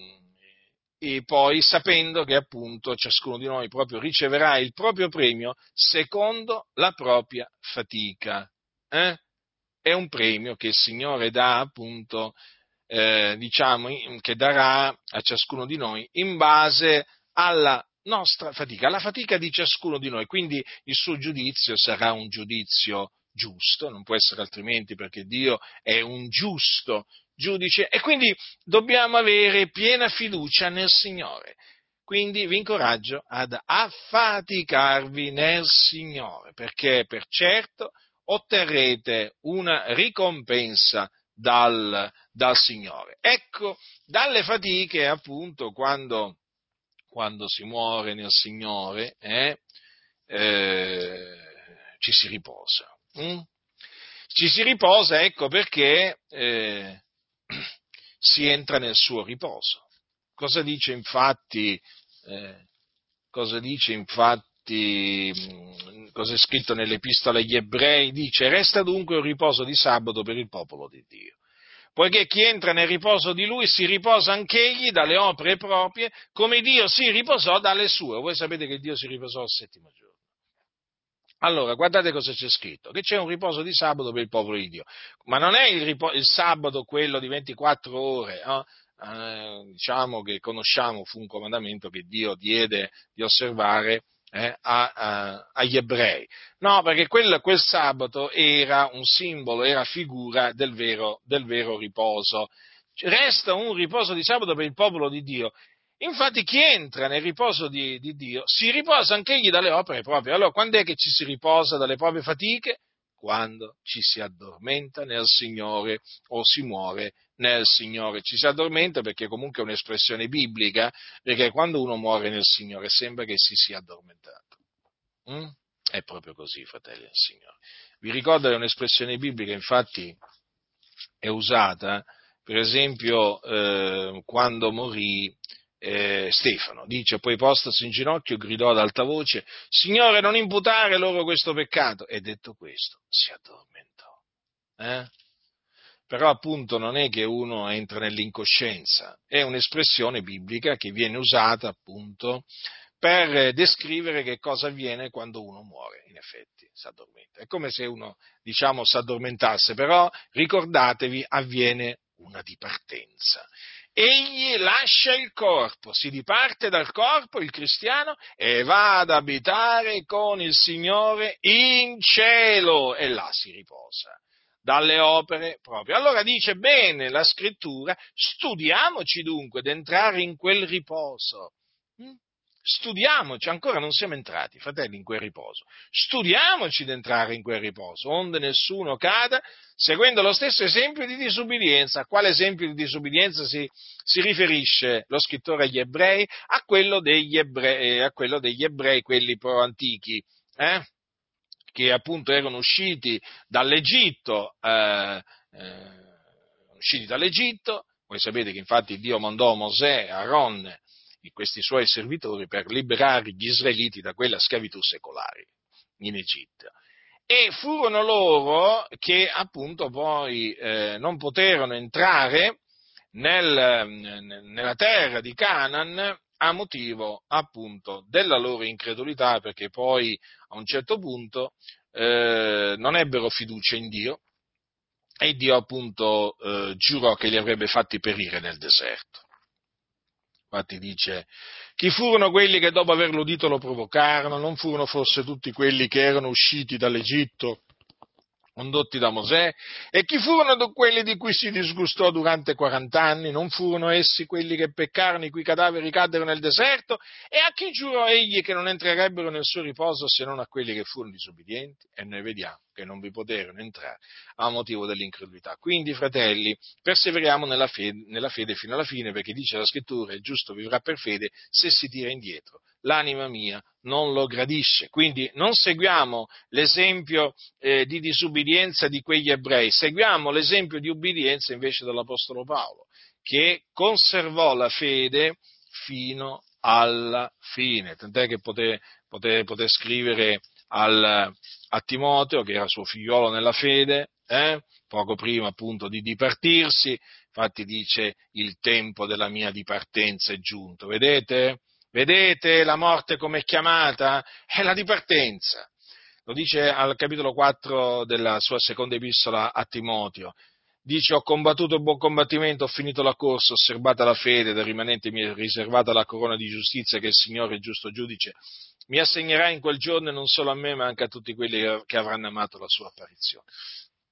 e poi sapendo che appunto ciascuno di noi proprio riceverà il proprio premio secondo la propria fatica. Eh? È un premio che il Signore dà appunto, eh, diciamo, che darà a ciascuno di noi in base alla nostra fatica, alla fatica di ciascuno di noi. Quindi il suo giudizio sarà un giudizio giusto, non può essere altrimenti perché Dio è un giusto giudice, e quindi dobbiamo avere piena fiducia nel Signore. Quindi vi incoraggio ad affaticarvi nel Signore, perché per certo otterrete una ricompensa dal, dal Signore. Ecco, dalle fatiche, appunto, quando, quando si muore nel Signore, eh, eh, ci si riposa. Hm? Ci si riposa, ecco perché eh, si entra nel suo riposo. Cosa dice infatti, eh, cosa dice infatti, mh, cosa è scritto nell'Epistola agli Ebrei? Dice: resta dunque un riposo di sabato per il popolo di Dio. Poiché chi entra nel riposo di Lui si riposa anch'egli dalle opere proprie, come Dio si riposò dalle sue. Voi sapete che Dio si riposò il settimo giorno. Allora, guardate cosa c'è scritto, che c'è un riposo di sabato per il popolo di Dio, ma non è il, ripo- il sabato quello di ventiquattro ore, no? eh, diciamo che conosciamo, fu un comandamento che Dio diede di osservare eh, a, a, agli ebrei. No, perché quel, quel sabato era un simbolo, era figura del vero, del vero riposo. Resta un riposo di sabato per il popolo di Dio. Infatti chi entra nel riposo di, di Dio si riposa anch'egli dalle opere proprie. Allora, quando è che ci si riposa dalle proprie fatiche? Quando ci si addormenta nel Signore o si muore nel Signore. Ci si addormenta perché comunque è un'espressione biblica, perché quando uno muore nel Signore sembra che si sia addormentato. Mm? È proprio così, fratelli del Signore. Vi ricordo che è un'espressione biblica, infatti è usata, per esempio, eh, quando morì Eh, Stefano, dice: poi postosi in ginocchio gridò ad alta voce: Signore, non imputare loro questo peccato. E detto questo si addormentò. Eh? Però appunto non è che uno entra nell'incoscienza, è un'espressione biblica che viene usata appunto per descrivere che cosa avviene quando uno muore, in effetti, si addormenta. È come se uno, diciamo, si addormentasse, però ricordatevi, avviene una dipartenza. Egli lascia il corpo, si diparte dal corpo, il cristiano, e va ad abitare con il Signore in cielo, e là si riposa dalle opere proprie. Allora dice bene la scrittura: studiamoci dunque ad entrare in quel riposo. Mm? Studiamoci, ancora non siamo entrati, fratelli, in quel riposo. Studiamoci di entrare in quel riposo, onde nessuno cada, seguendo lo stesso esempio di disubbidienza. A quale esempio di disubbidienza si, si riferisce lo scrittore agli ebrei? A quello degli ebrei, a quello degli ebrei quelli pro antichi, eh? che appunto erano usciti dall'Egitto, eh, eh, usciti dall'Egitto. Voi sapete che infatti Dio mandò Mosè, Aaron, questi suoi servitori, per liberare gli israeliti da quella schiavitù secolare in Egitto. E furono loro che appunto poi eh, non poterono entrare nel, nella terra di Canaan a motivo appunto della loro incredulità, perché poi a un certo punto eh, non ebbero fiducia in Dio e Dio appunto eh, giurò che li avrebbe fatti perire nel deserto. Infatti dice: chi furono quelli che dopo averlo udito lo provocarono? Non furono forse tutti quelli che erano usciti dall'Egitto, condotti da Mosè? E chi furono quelli di cui si disgustò durante quarant'anni? Non furono essi quelli che peccarono, i cui cadaveri caddero nel deserto? E a chi giurò egli che non entrerebbero nel suo riposo se non a quelli che furono disobbedienti? E noi vediamo che non vi poterono entrare a motivo dell'incredulità. Quindi, fratelli, perseveriamo nella fede, nella fede fino alla fine, perché dice la Scrittura: il giusto vivrà per fede, se si tira indietro l'anima mia non lo gradisce. Quindi non seguiamo l'esempio eh, di disubbidienza di quegli ebrei, seguiamo l'esempio di ubbidienza invece dell'Apostolo Paolo, che conservò la fede fino alla fine, tant'è che poté, poté, poté scrivere al, a Timoteo, che era suo figliolo nella fede, eh, poco prima appunto di dipartirsi. Infatti dice: il tempo della mia dipartenza è giunto. Vedete? Vedete la morte come è chiamata? È la dipartenza. Lo dice al capitolo quattro della sua seconda epistola a Timoteo. Dice: ho combattuto il buon combattimento, ho finito la corsa, ho osservata la fede, del rimanente mi è riservata la corona di giustizia che il Signore, il giusto giudice, mi assegnerà in quel giorno, e non solo a me ma anche a tutti quelli che avranno amato la sua apparizione.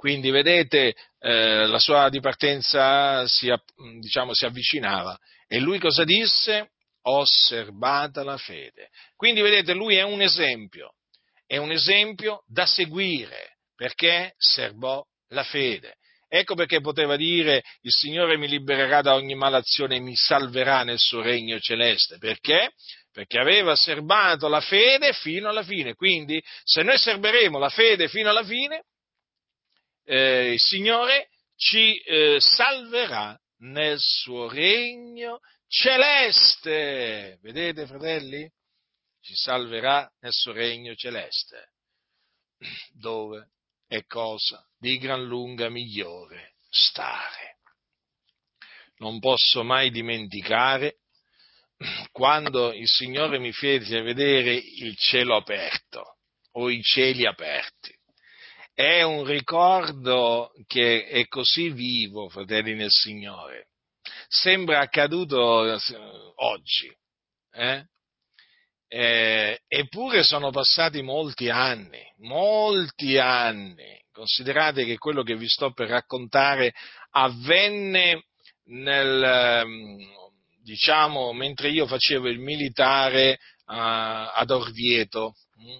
Quindi vedete, eh, la sua dipartenza si, diciamo, si avvicinava. E lui cosa disse? Osservata la fede. Quindi vedete, lui è un esempio, è un esempio da seguire, perché serbò la fede. Ecco perché poteva dire: il Signore mi libererà da ogni malazione e mi salverà nel suo regno celeste. Perché? Perché aveva serbato la fede fino alla fine. Quindi, se noi serberemo la fede fino alla fine, eh, il Signore ci eh, salverà nel suo regno celeste. Vedete, fratelli? Ci salverà nel suo regno celeste, dove è cosa di gran lunga migliore stare. Non posso mai dimenticare quando il Signore mi fece vedere il cielo aperto o i cieli aperti. È un ricordo che è così vivo, fratelli nel Signore. Sembra accaduto oggi, eh? Eh, eppure sono passati molti anni, molti anni. Considerate che quello che vi sto per raccontare avvenne nel, diciamo, mentre io facevo il militare uh, ad Orvieto.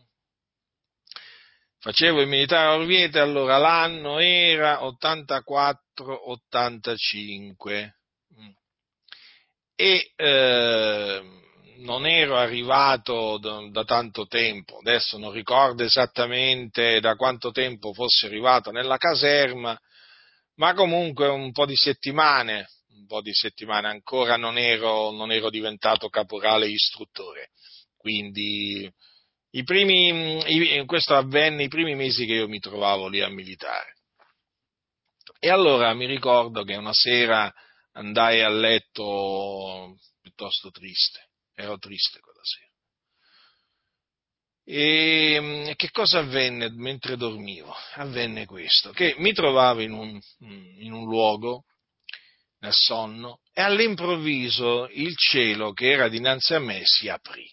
Facevo il militare a Orvieto, allora l'anno era ottantaquattro ottantacinque e eh, non ero arrivato da, da tanto tempo, adesso non ricordo esattamente da quanto tempo fossi arrivato nella caserma, ma comunque un po' di settimane, un po' di settimane ancora non ero, non ero diventato caporale istruttore, quindi i primi, i, questo avvenne i primi mesi che io mi trovavo lì a militare. E allora mi ricordo che una sera andai a letto piuttosto triste, ero triste quella sera. E che cosa avvenne mentre dormivo? Avvenne questo, che mi trovavo in un, in un luogo, nel sonno, e all'improvviso il cielo che era dinanzi a me si aprì,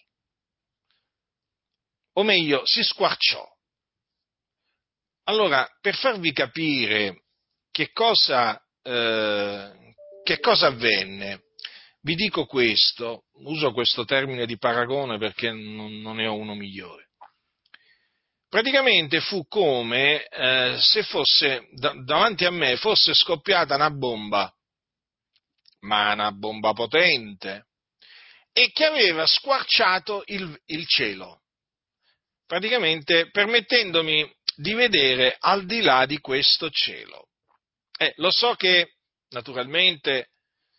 o meglio, si squarciò. Allora, per farvi capire che cosa, eh, che cosa avvenne, vi dico questo, uso questo termine di paragone perché non, non ne ho uno migliore. Praticamente fu come eh, se fosse da, davanti a me fosse scoppiata una bomba, ma una bomba potente, e che aveva squarciato il, il cielo, praticamente permettendomi di vedere al di là di questo cielo. Eh, lo so che naturalmente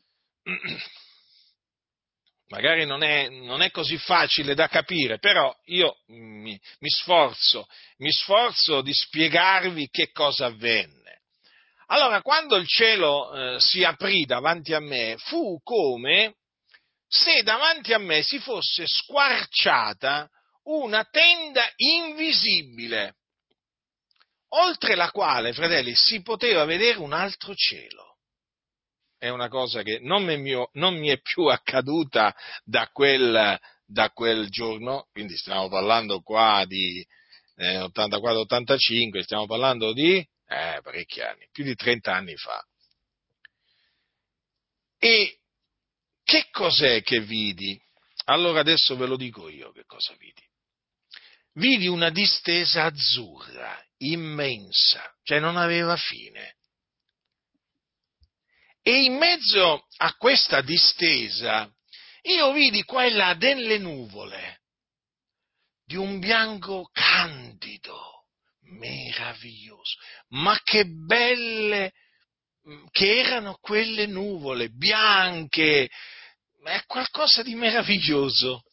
magari non è, non è così facile da capire, però io mi, mi sforzo, mi sforzo di spiegarvi che cosa avvenne. Allora, quando il cielo eh, si aprì davanti a me, fu come se davanti a me si fosse squarciata una tenda invisibile, oltre la quale, fratelli, si poteva vedere un altro cielo. È una cosa che non mi, non mi è più accaduta da quel, da quel giorno, quindi stiamo parlando qua di eh, ottantaquattro ottantacinque, stiamo parlando di eh, parecchi anni, più di trenta anni fa. E che cos'è che vidi? Allora adesso ve lo dico io che cosa vidi. Vidi una distesa azzurra, immensa, cioè non aveva fine. E in mezzo a questa distesa io vidi qua e là delle nuvole di un bianco candido, meraviglioso. Ma che belle che erano quelle nuvole bianche, è qualcosa di meraviglioso.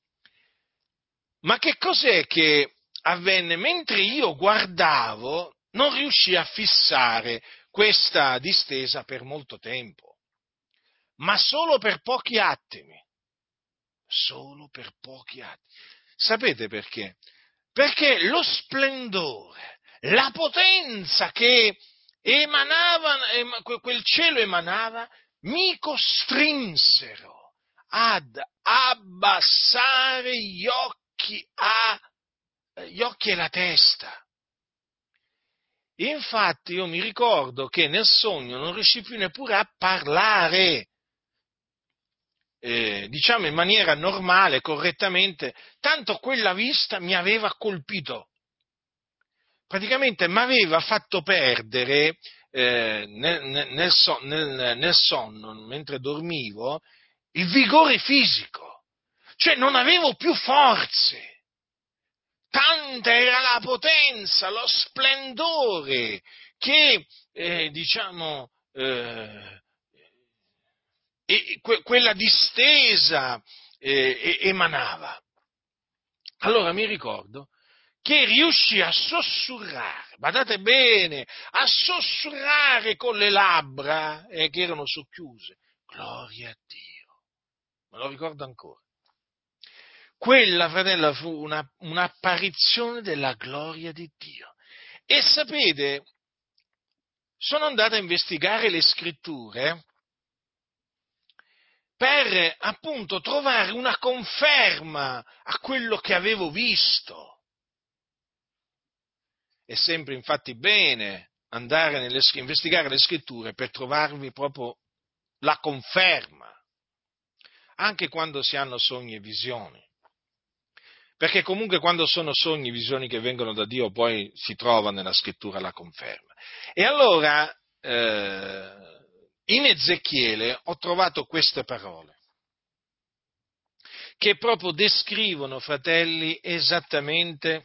Ma che cos'è che avvenne? Mentre io guardavo, non riuscii a fissare questa distesa per molto tempo, ma solo per pochi attimi. Solo per pochi attimi. Sapete perché? Perché lo splendore, la potenza che emanava, quel cielo emanava, mi costrinsero ad abbassare gli occhi, a, gli occhi e la testa. Infatti io mi ricordo che nel sogno non riuscì più neppure a parlare, eh, diciamo in maniera normale, correttamente, tanto quella vista mi aveva colpito. Praticamente mi aveva fatto perdere eh, nel, nel, so, nel, nel sonno, mentre dormivo, il vigore fisico, cioè non avevo più forze. Tanta era la potenza, lo splendore che, eh, diciamo, eh, e, que, quella distesa eh, emanava. Allora mi ricordo che riuscì a sussurrare, badate bene, a sussurrare con le labbra eh, che erano socchiuse. Gloria a Dio, me lo ricordo ancora. Quella, fratello, fu una, un'apparizione della gloria di Dio. E sapete, sono andato a investigare le scritture per appunto trovare una conferma a quello che avevo visto. È sempre infatti bene andare nelle, investigare le scritture per trovarvi proprio la conferma, anche quando si hanno sogni e visioni. Perché comunque quando sono sogni, visioni che vengono da Dio, poi si trova nella scrittura la conferma. E allora, eh, in Ezechiele ho trovato queste parole, che proprio descrivono, fratelli, esattamente,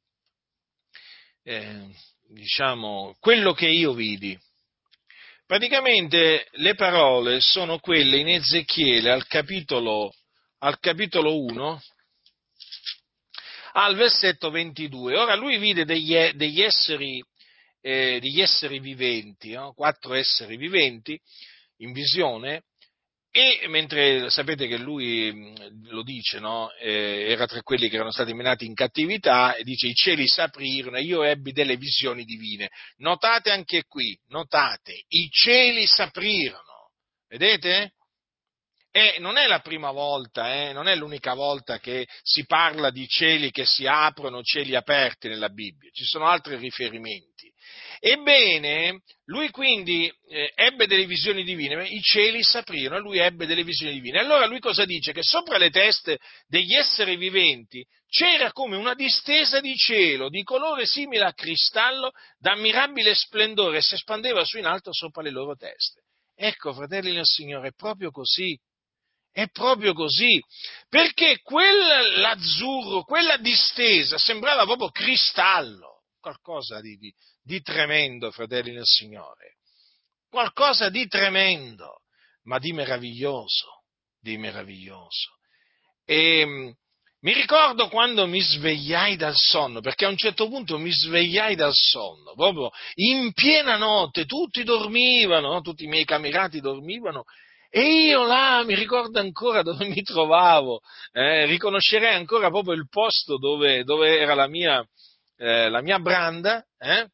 eh, diciamo, quello che io vidi. Praticamente le parole sono quelle in Ezechiele al capitolo, al capitolo uno, al versetto ventidue. Ora lui vide degli, degli, esseri, eh, degli esseri viventi, no? Quattro esseri viventi in visione, e mentre sapete che lui mh, lo dice, no? eh, era tra quelli che erano stati menati in cattività, e dice: i cieli s'aprirono e io ebbi delle visioni divine. Notate anche qui, notate, i cieli s'aprirono, vedete? E non è la prima volta, eh, non è l'unica volta che si parla di cieli che si aprono, cieli aperti nella Bibbia, ci sono altri riferimenti. Ebbene, lui quindi eh, ebbe delle visioni divine, i cieli s'aprirono e lui ebbe delle visioni divine. Allora lui cosa dice? Che sopra le teste degli esseri viventi c'era come una distesa di cielo, di colore simile a cristallo, d'ammirabile splendore, e si espandeva su in alto sopra le loro teste. Ecco, fratelli del Signore, è proprio così. È proprio così, perché quell'azzurro, quella distesa sembrava proprio cristallo, qualcosa di, di, di tremendo, fratelli nel Signore, qualcosa di tremendo, ma di meraviglioso, di meraviglioso. E mi ricordo quando mi svegliai dal sonno, perché a un certo punto mi svegliai dal sonno, proprio in piena notte, tutti dormivano, tutti i miei camerati dormivano, e io là mi ricordo ancora dove mi trovavo, eh, riconoscerei ancora proprio il posto dove, dove era la mia, eh, la mia branda, eh,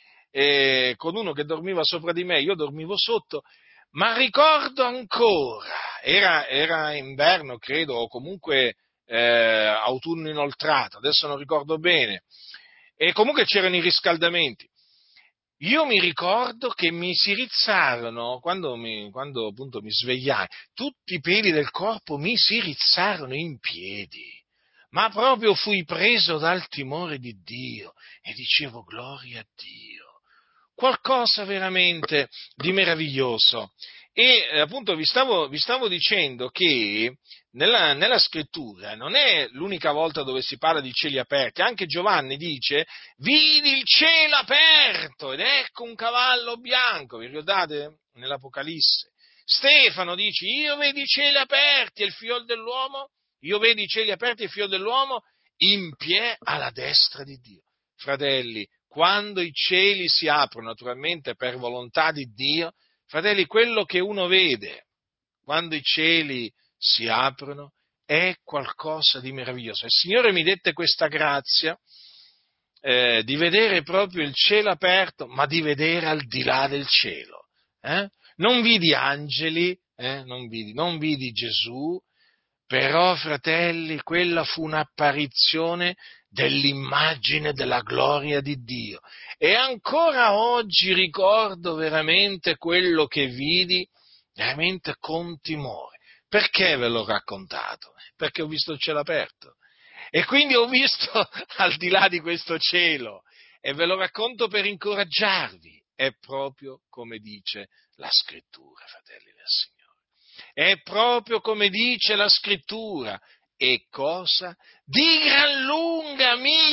e con uno che dormiva sopra di me, io dormivo sotto, ma ricordo ancora, era, era inverno credo, o comunque eh, autunno inoltrato, adesso non ricordo bene, e comunque c'erano i riscaldamenti. Io mi ricordo che mi si rizzarono, quando, mi, quando appunto mi svegliai, tutti i peli del corpo mi si rizzarono in piedi, ma proprio fui preso dal timore di Dio e dicevo: gloria a Dio, qualcosa veramente di meraviglioso. E eh, appunto vi stavo, vi stavo dicendo che nella, nella scrittura non è l'unica volta dove si parla di cieli aperti, anche Giovanni dice: vidi il cielo aperto ed ecco un cavallo bianco, vi ricordate? Nell'Apocalisse. Stefano dice: io vedi i cieli aperti e il figlio dell'uomo, io vedi i cieli aperti e il figlio dell'uomo in piedi alla destra di Dio. Fratelli, quando i cieli si aprono, naturalmente per volontà di Dio, fratelli, quello che uno vede quando i cieli si aprono è qualcosa di meraviglioso. Il Signore mi dette questa grazia eh, di vedere proprio il cielo aperto, ma di vedere al di là del cielo. Eh? Non vidi angeli, eh? non, vidi, non vidi Gesù, Però, fratelli, quella fu un'apparizione dell'immagine della gloria di Dio. E ancora oggi ricordo veramente quello che vidi, veramente con timore. Perché ve l'ho raccontato? Perché ho visto il cielo aperto. E quindi ho visto al di là di questo cielo. E ve lo racconto per incoraggiarvi. È proprio come dice la Scrittura, fratelli del Signore. È proprio come dice la Scrittura, è cosa di gran lunga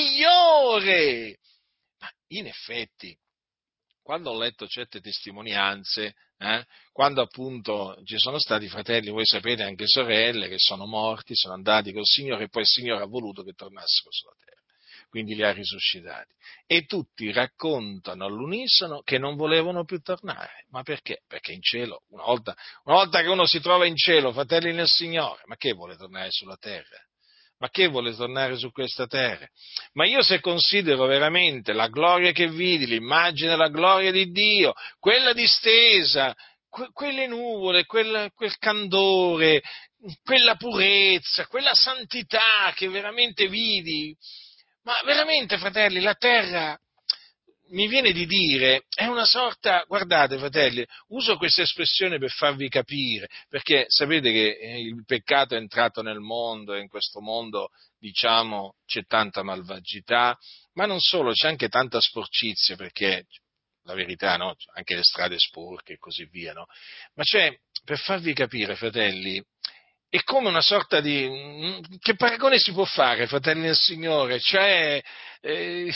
migliore. Ma in effetti, quando ho letto certe testimonianze, eh, quando appunto ci sono stati fratelli, voi sapete anche sorelle, che sono morti, sono andati col Signore e poi il Signore ha voluto che tornassero sulla terra, quindi li ha risuscitati. E tutti raccontano all'unisono che non volevano più tornare. Ma perché? Perché in cielo, una volta, una volta che uno si trova in cielo, fratelli nel Signore, ma che vuole tornare sulla terra? Ma che vuole tornare su questa terra? Ma io se considero veramente la gloria che vidi, l'immagine della gloria di Dio, quella distesa, que- quelle nuvole, quel, quel candore, quella purezza, quella santità che veramente vidi, ma veramente, fratelli, la terra, mi viene di dire, è una sorta, guardate fratelli, uso questa espressione per farvi capire, perché sapete che il peccato è entrato nel mondo e in questo mondo, diciamo, c'è tanta malvagità, ma non solo, c'è anche tanta sporcizia, perché la verità, no? Anche le strade sporche e così via, no? Ma c'è, per farvi capire, fratelli, è come una sorta di... che paragone si può fare, fratelli del Signore? Cioè, eh,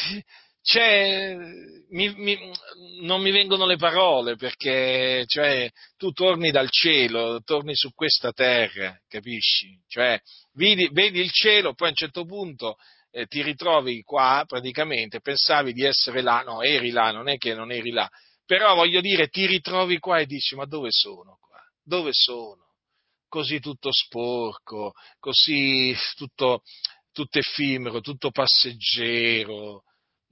cioè mi, mi, non mi vengono le parole, perché cioè, tu torni dal cielo, torni su questa terra, capisci? Cioè, vedi, vedi il cielo, poi a un certo punto eh, ti ritrovi qua, praticamente, pensavi di essere là, no, eri là, non è che non eri là, però voglio dire, ti ritrovi qua e dici, ma dove sono qua? Dove sono? Così tutto sporco, così tutto, tutto effimero, tutto passeggero.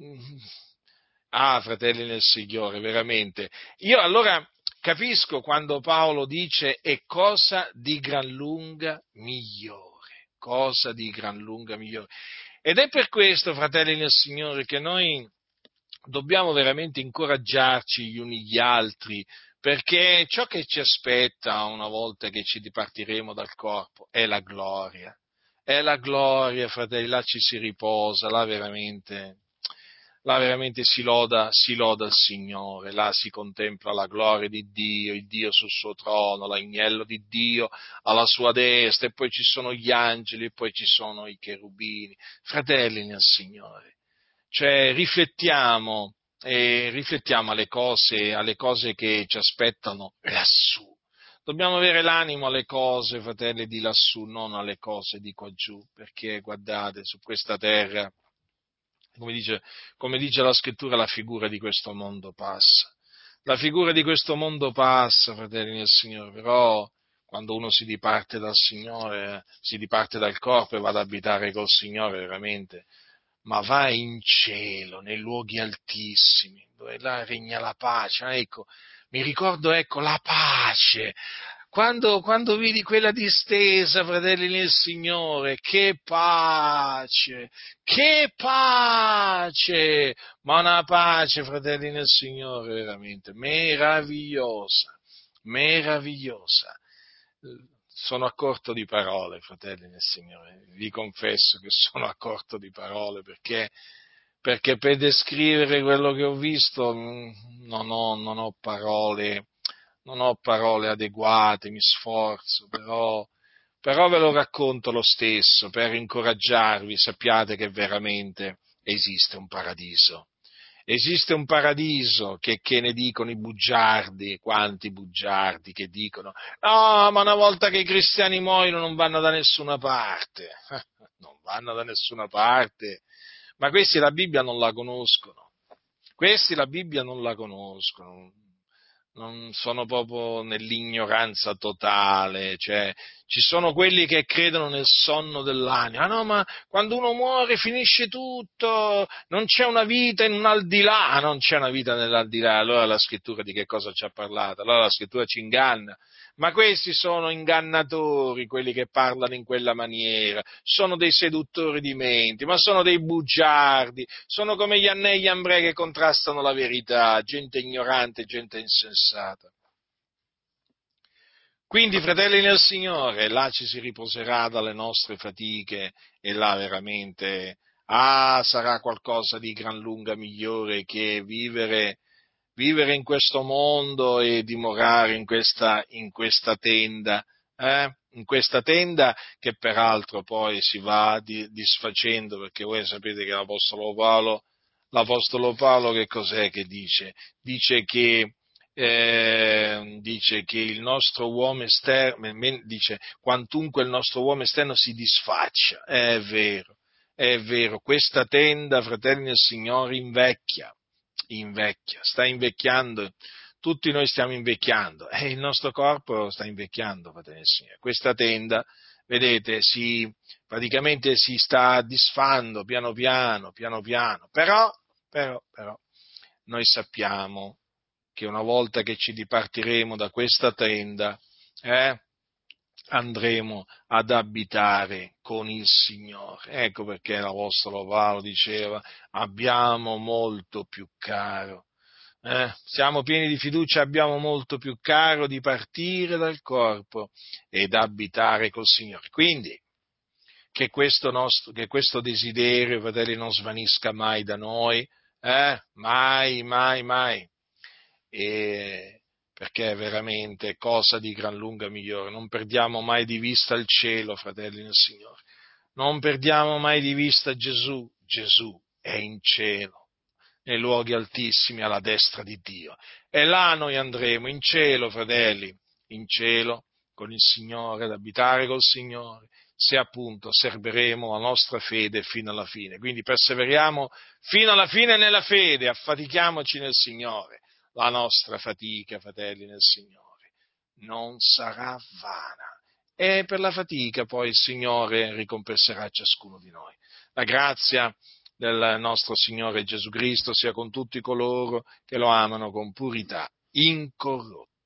Ah, fratelli nel Signore, veramente. Io allora capisco quando Paolo dice è cosa di gran lunga migliore, cosa di gran lunga migliore. Ed è per questo, fratelli nel Signore, che noi dobbiamo veramente incoraggiarci gli uni gli altri, perché ciò che ci aspetta una volta che ci dipartiremo dal corpo è la gloria. È la gloria, fratelli, là ci si riposa, là veramente, là veramente si loda, si loda il Signore, là si contempla la gloria di Dio, il Dio sul suo trono, l'agnello di Dio alla sua destra, e poi ci sono gli angeli, e poi ci sono i cherubini. Fratelli nel Signore, cioè riflettiamo, e riflettiamo alle cose, alle cose che ci aspettano lassù. Dobbiamo avere l'animo alle cose, fratelli, di lassù, non alle cose di qua giù, perché guardate, su questa terra, come dice, come dice la scrittura, la figura di questo mondo passa. La figura di questo mondo passa, fratelli del Signore, però quando uno si diparte dal Signore, si diparte dal corpo e va ad abitare col Signore, veramente, ma va in cielo, nei luoghi altissimi, dove là regna la pace. Ah, ecco, mi ricordo, ecco, la pace. Quando, quando vidi quella distesa, fratelli nel Signore, che pace, che pace, ma una pace, fratelli nel Signore, veramente meravigliosa, meravigliosa. Sono a corto di parole, fratelli nel Signore, vi confesso che sono a corto di parole, perché, perché per descrivere quello che ho visto mh, non ho, non ho parole, non ho parole adeguate, mi sforzo, però, però ve lo racconto lo stesso, per incoraggiarvi, sappiate che veramente esiste un paradiso. Esiste un paradiso, che, che ne dicono i bugiardi, quanti bugiardi che dicono, no, ma una volta che i cristiani muoiono non vanno da nessuna parte, non vanno da nessuna parte, ma questi la Bibbia non la conoscono, questi la Bibbia non la conoscono, non sono proprio nell'ignoranza totale, cioè ci sono quelli che credono nel sonno dell'anima, ah no, ma quando uno muore finisce tutto, non c'è una vita in un aldilà, ah, non c'è una vita nell'aldilà, allora la scrittura di che cosa ci ha parlato? Allora la scrittura ci inganna, Ma questi sono ingannatori, quelli che parlano in quella maniera, sono dei seduttori di menti, ma sono dei bugiardi, sono come gli Annè e gli Ambrè che contrastano la verità, gente ignorante, gente insensata. Quindi, fratelli nel Signore, là ci si riposerà dalle nostre fatiche e là veramente, ah, sarà qualcosa di gran lunga migliore che vivere, vivere in questo mondo e dimorare in questa, in questa tenda, eh? In questa tenda che peraltro poi si va di, disfacendo, perché voi sapete che l'Apostolo Paolo, l'Apostolo Paolo che cos'è che dice? Dice che eh, dice che il nostro uomo esterno, dice quantunque il nostro uomo esterno si disfaccia, è vero, è vero, questa tenda, fratelli del Signore, invecchia, invecchia, sta invecchiando, tutti noi stiamo invecchiando e il nostro corpo sta invecchiando, fratelli del Signore, questa tenda, vedete, si, praticamente si sta disfando piano piano, piano piano, però, però, però, noi sappiamo che una volta che ci dipartiremo da questa tenda, eh, andremo ad abitare con il Signore. Ecco perché l'Apostolo Paolo diceva, abbiamo molto più caro, eh, siamo pieni di fiducia, abbiamo molto più caro di partire dal corpo ed abitare col Signore. Quindi, che questo, nostro, che questo desiderio, fratelli, non svanisca mai da noi, eh, mai, mai, mai. E perché è veramente cosa di gran lunga migliore. Non perdiamo mai di vista il cielo, fratelli nel Signore. Non perdiamo mai di vista Gesù. Gesù è in cielo, nei luoghi altissimi alla destra di Dio. E là noi andremo, in cielo, fratelli, in cielo, con il Signore, ad abitare col Signore, se appunto serberemo la nostra fede fino alla fine. Quindi perseveriamo fino alla fine nella fede, affatichiamoci nel Signore. La nostra fatica, fratelli nel Signore, non sarà vana. E per la fatica poi il Signore ricompenserà ciascuno di noi. La grazia del nostro Signore Gesù Cristo sia con tutti coloro che lo amano con purità incorrotta.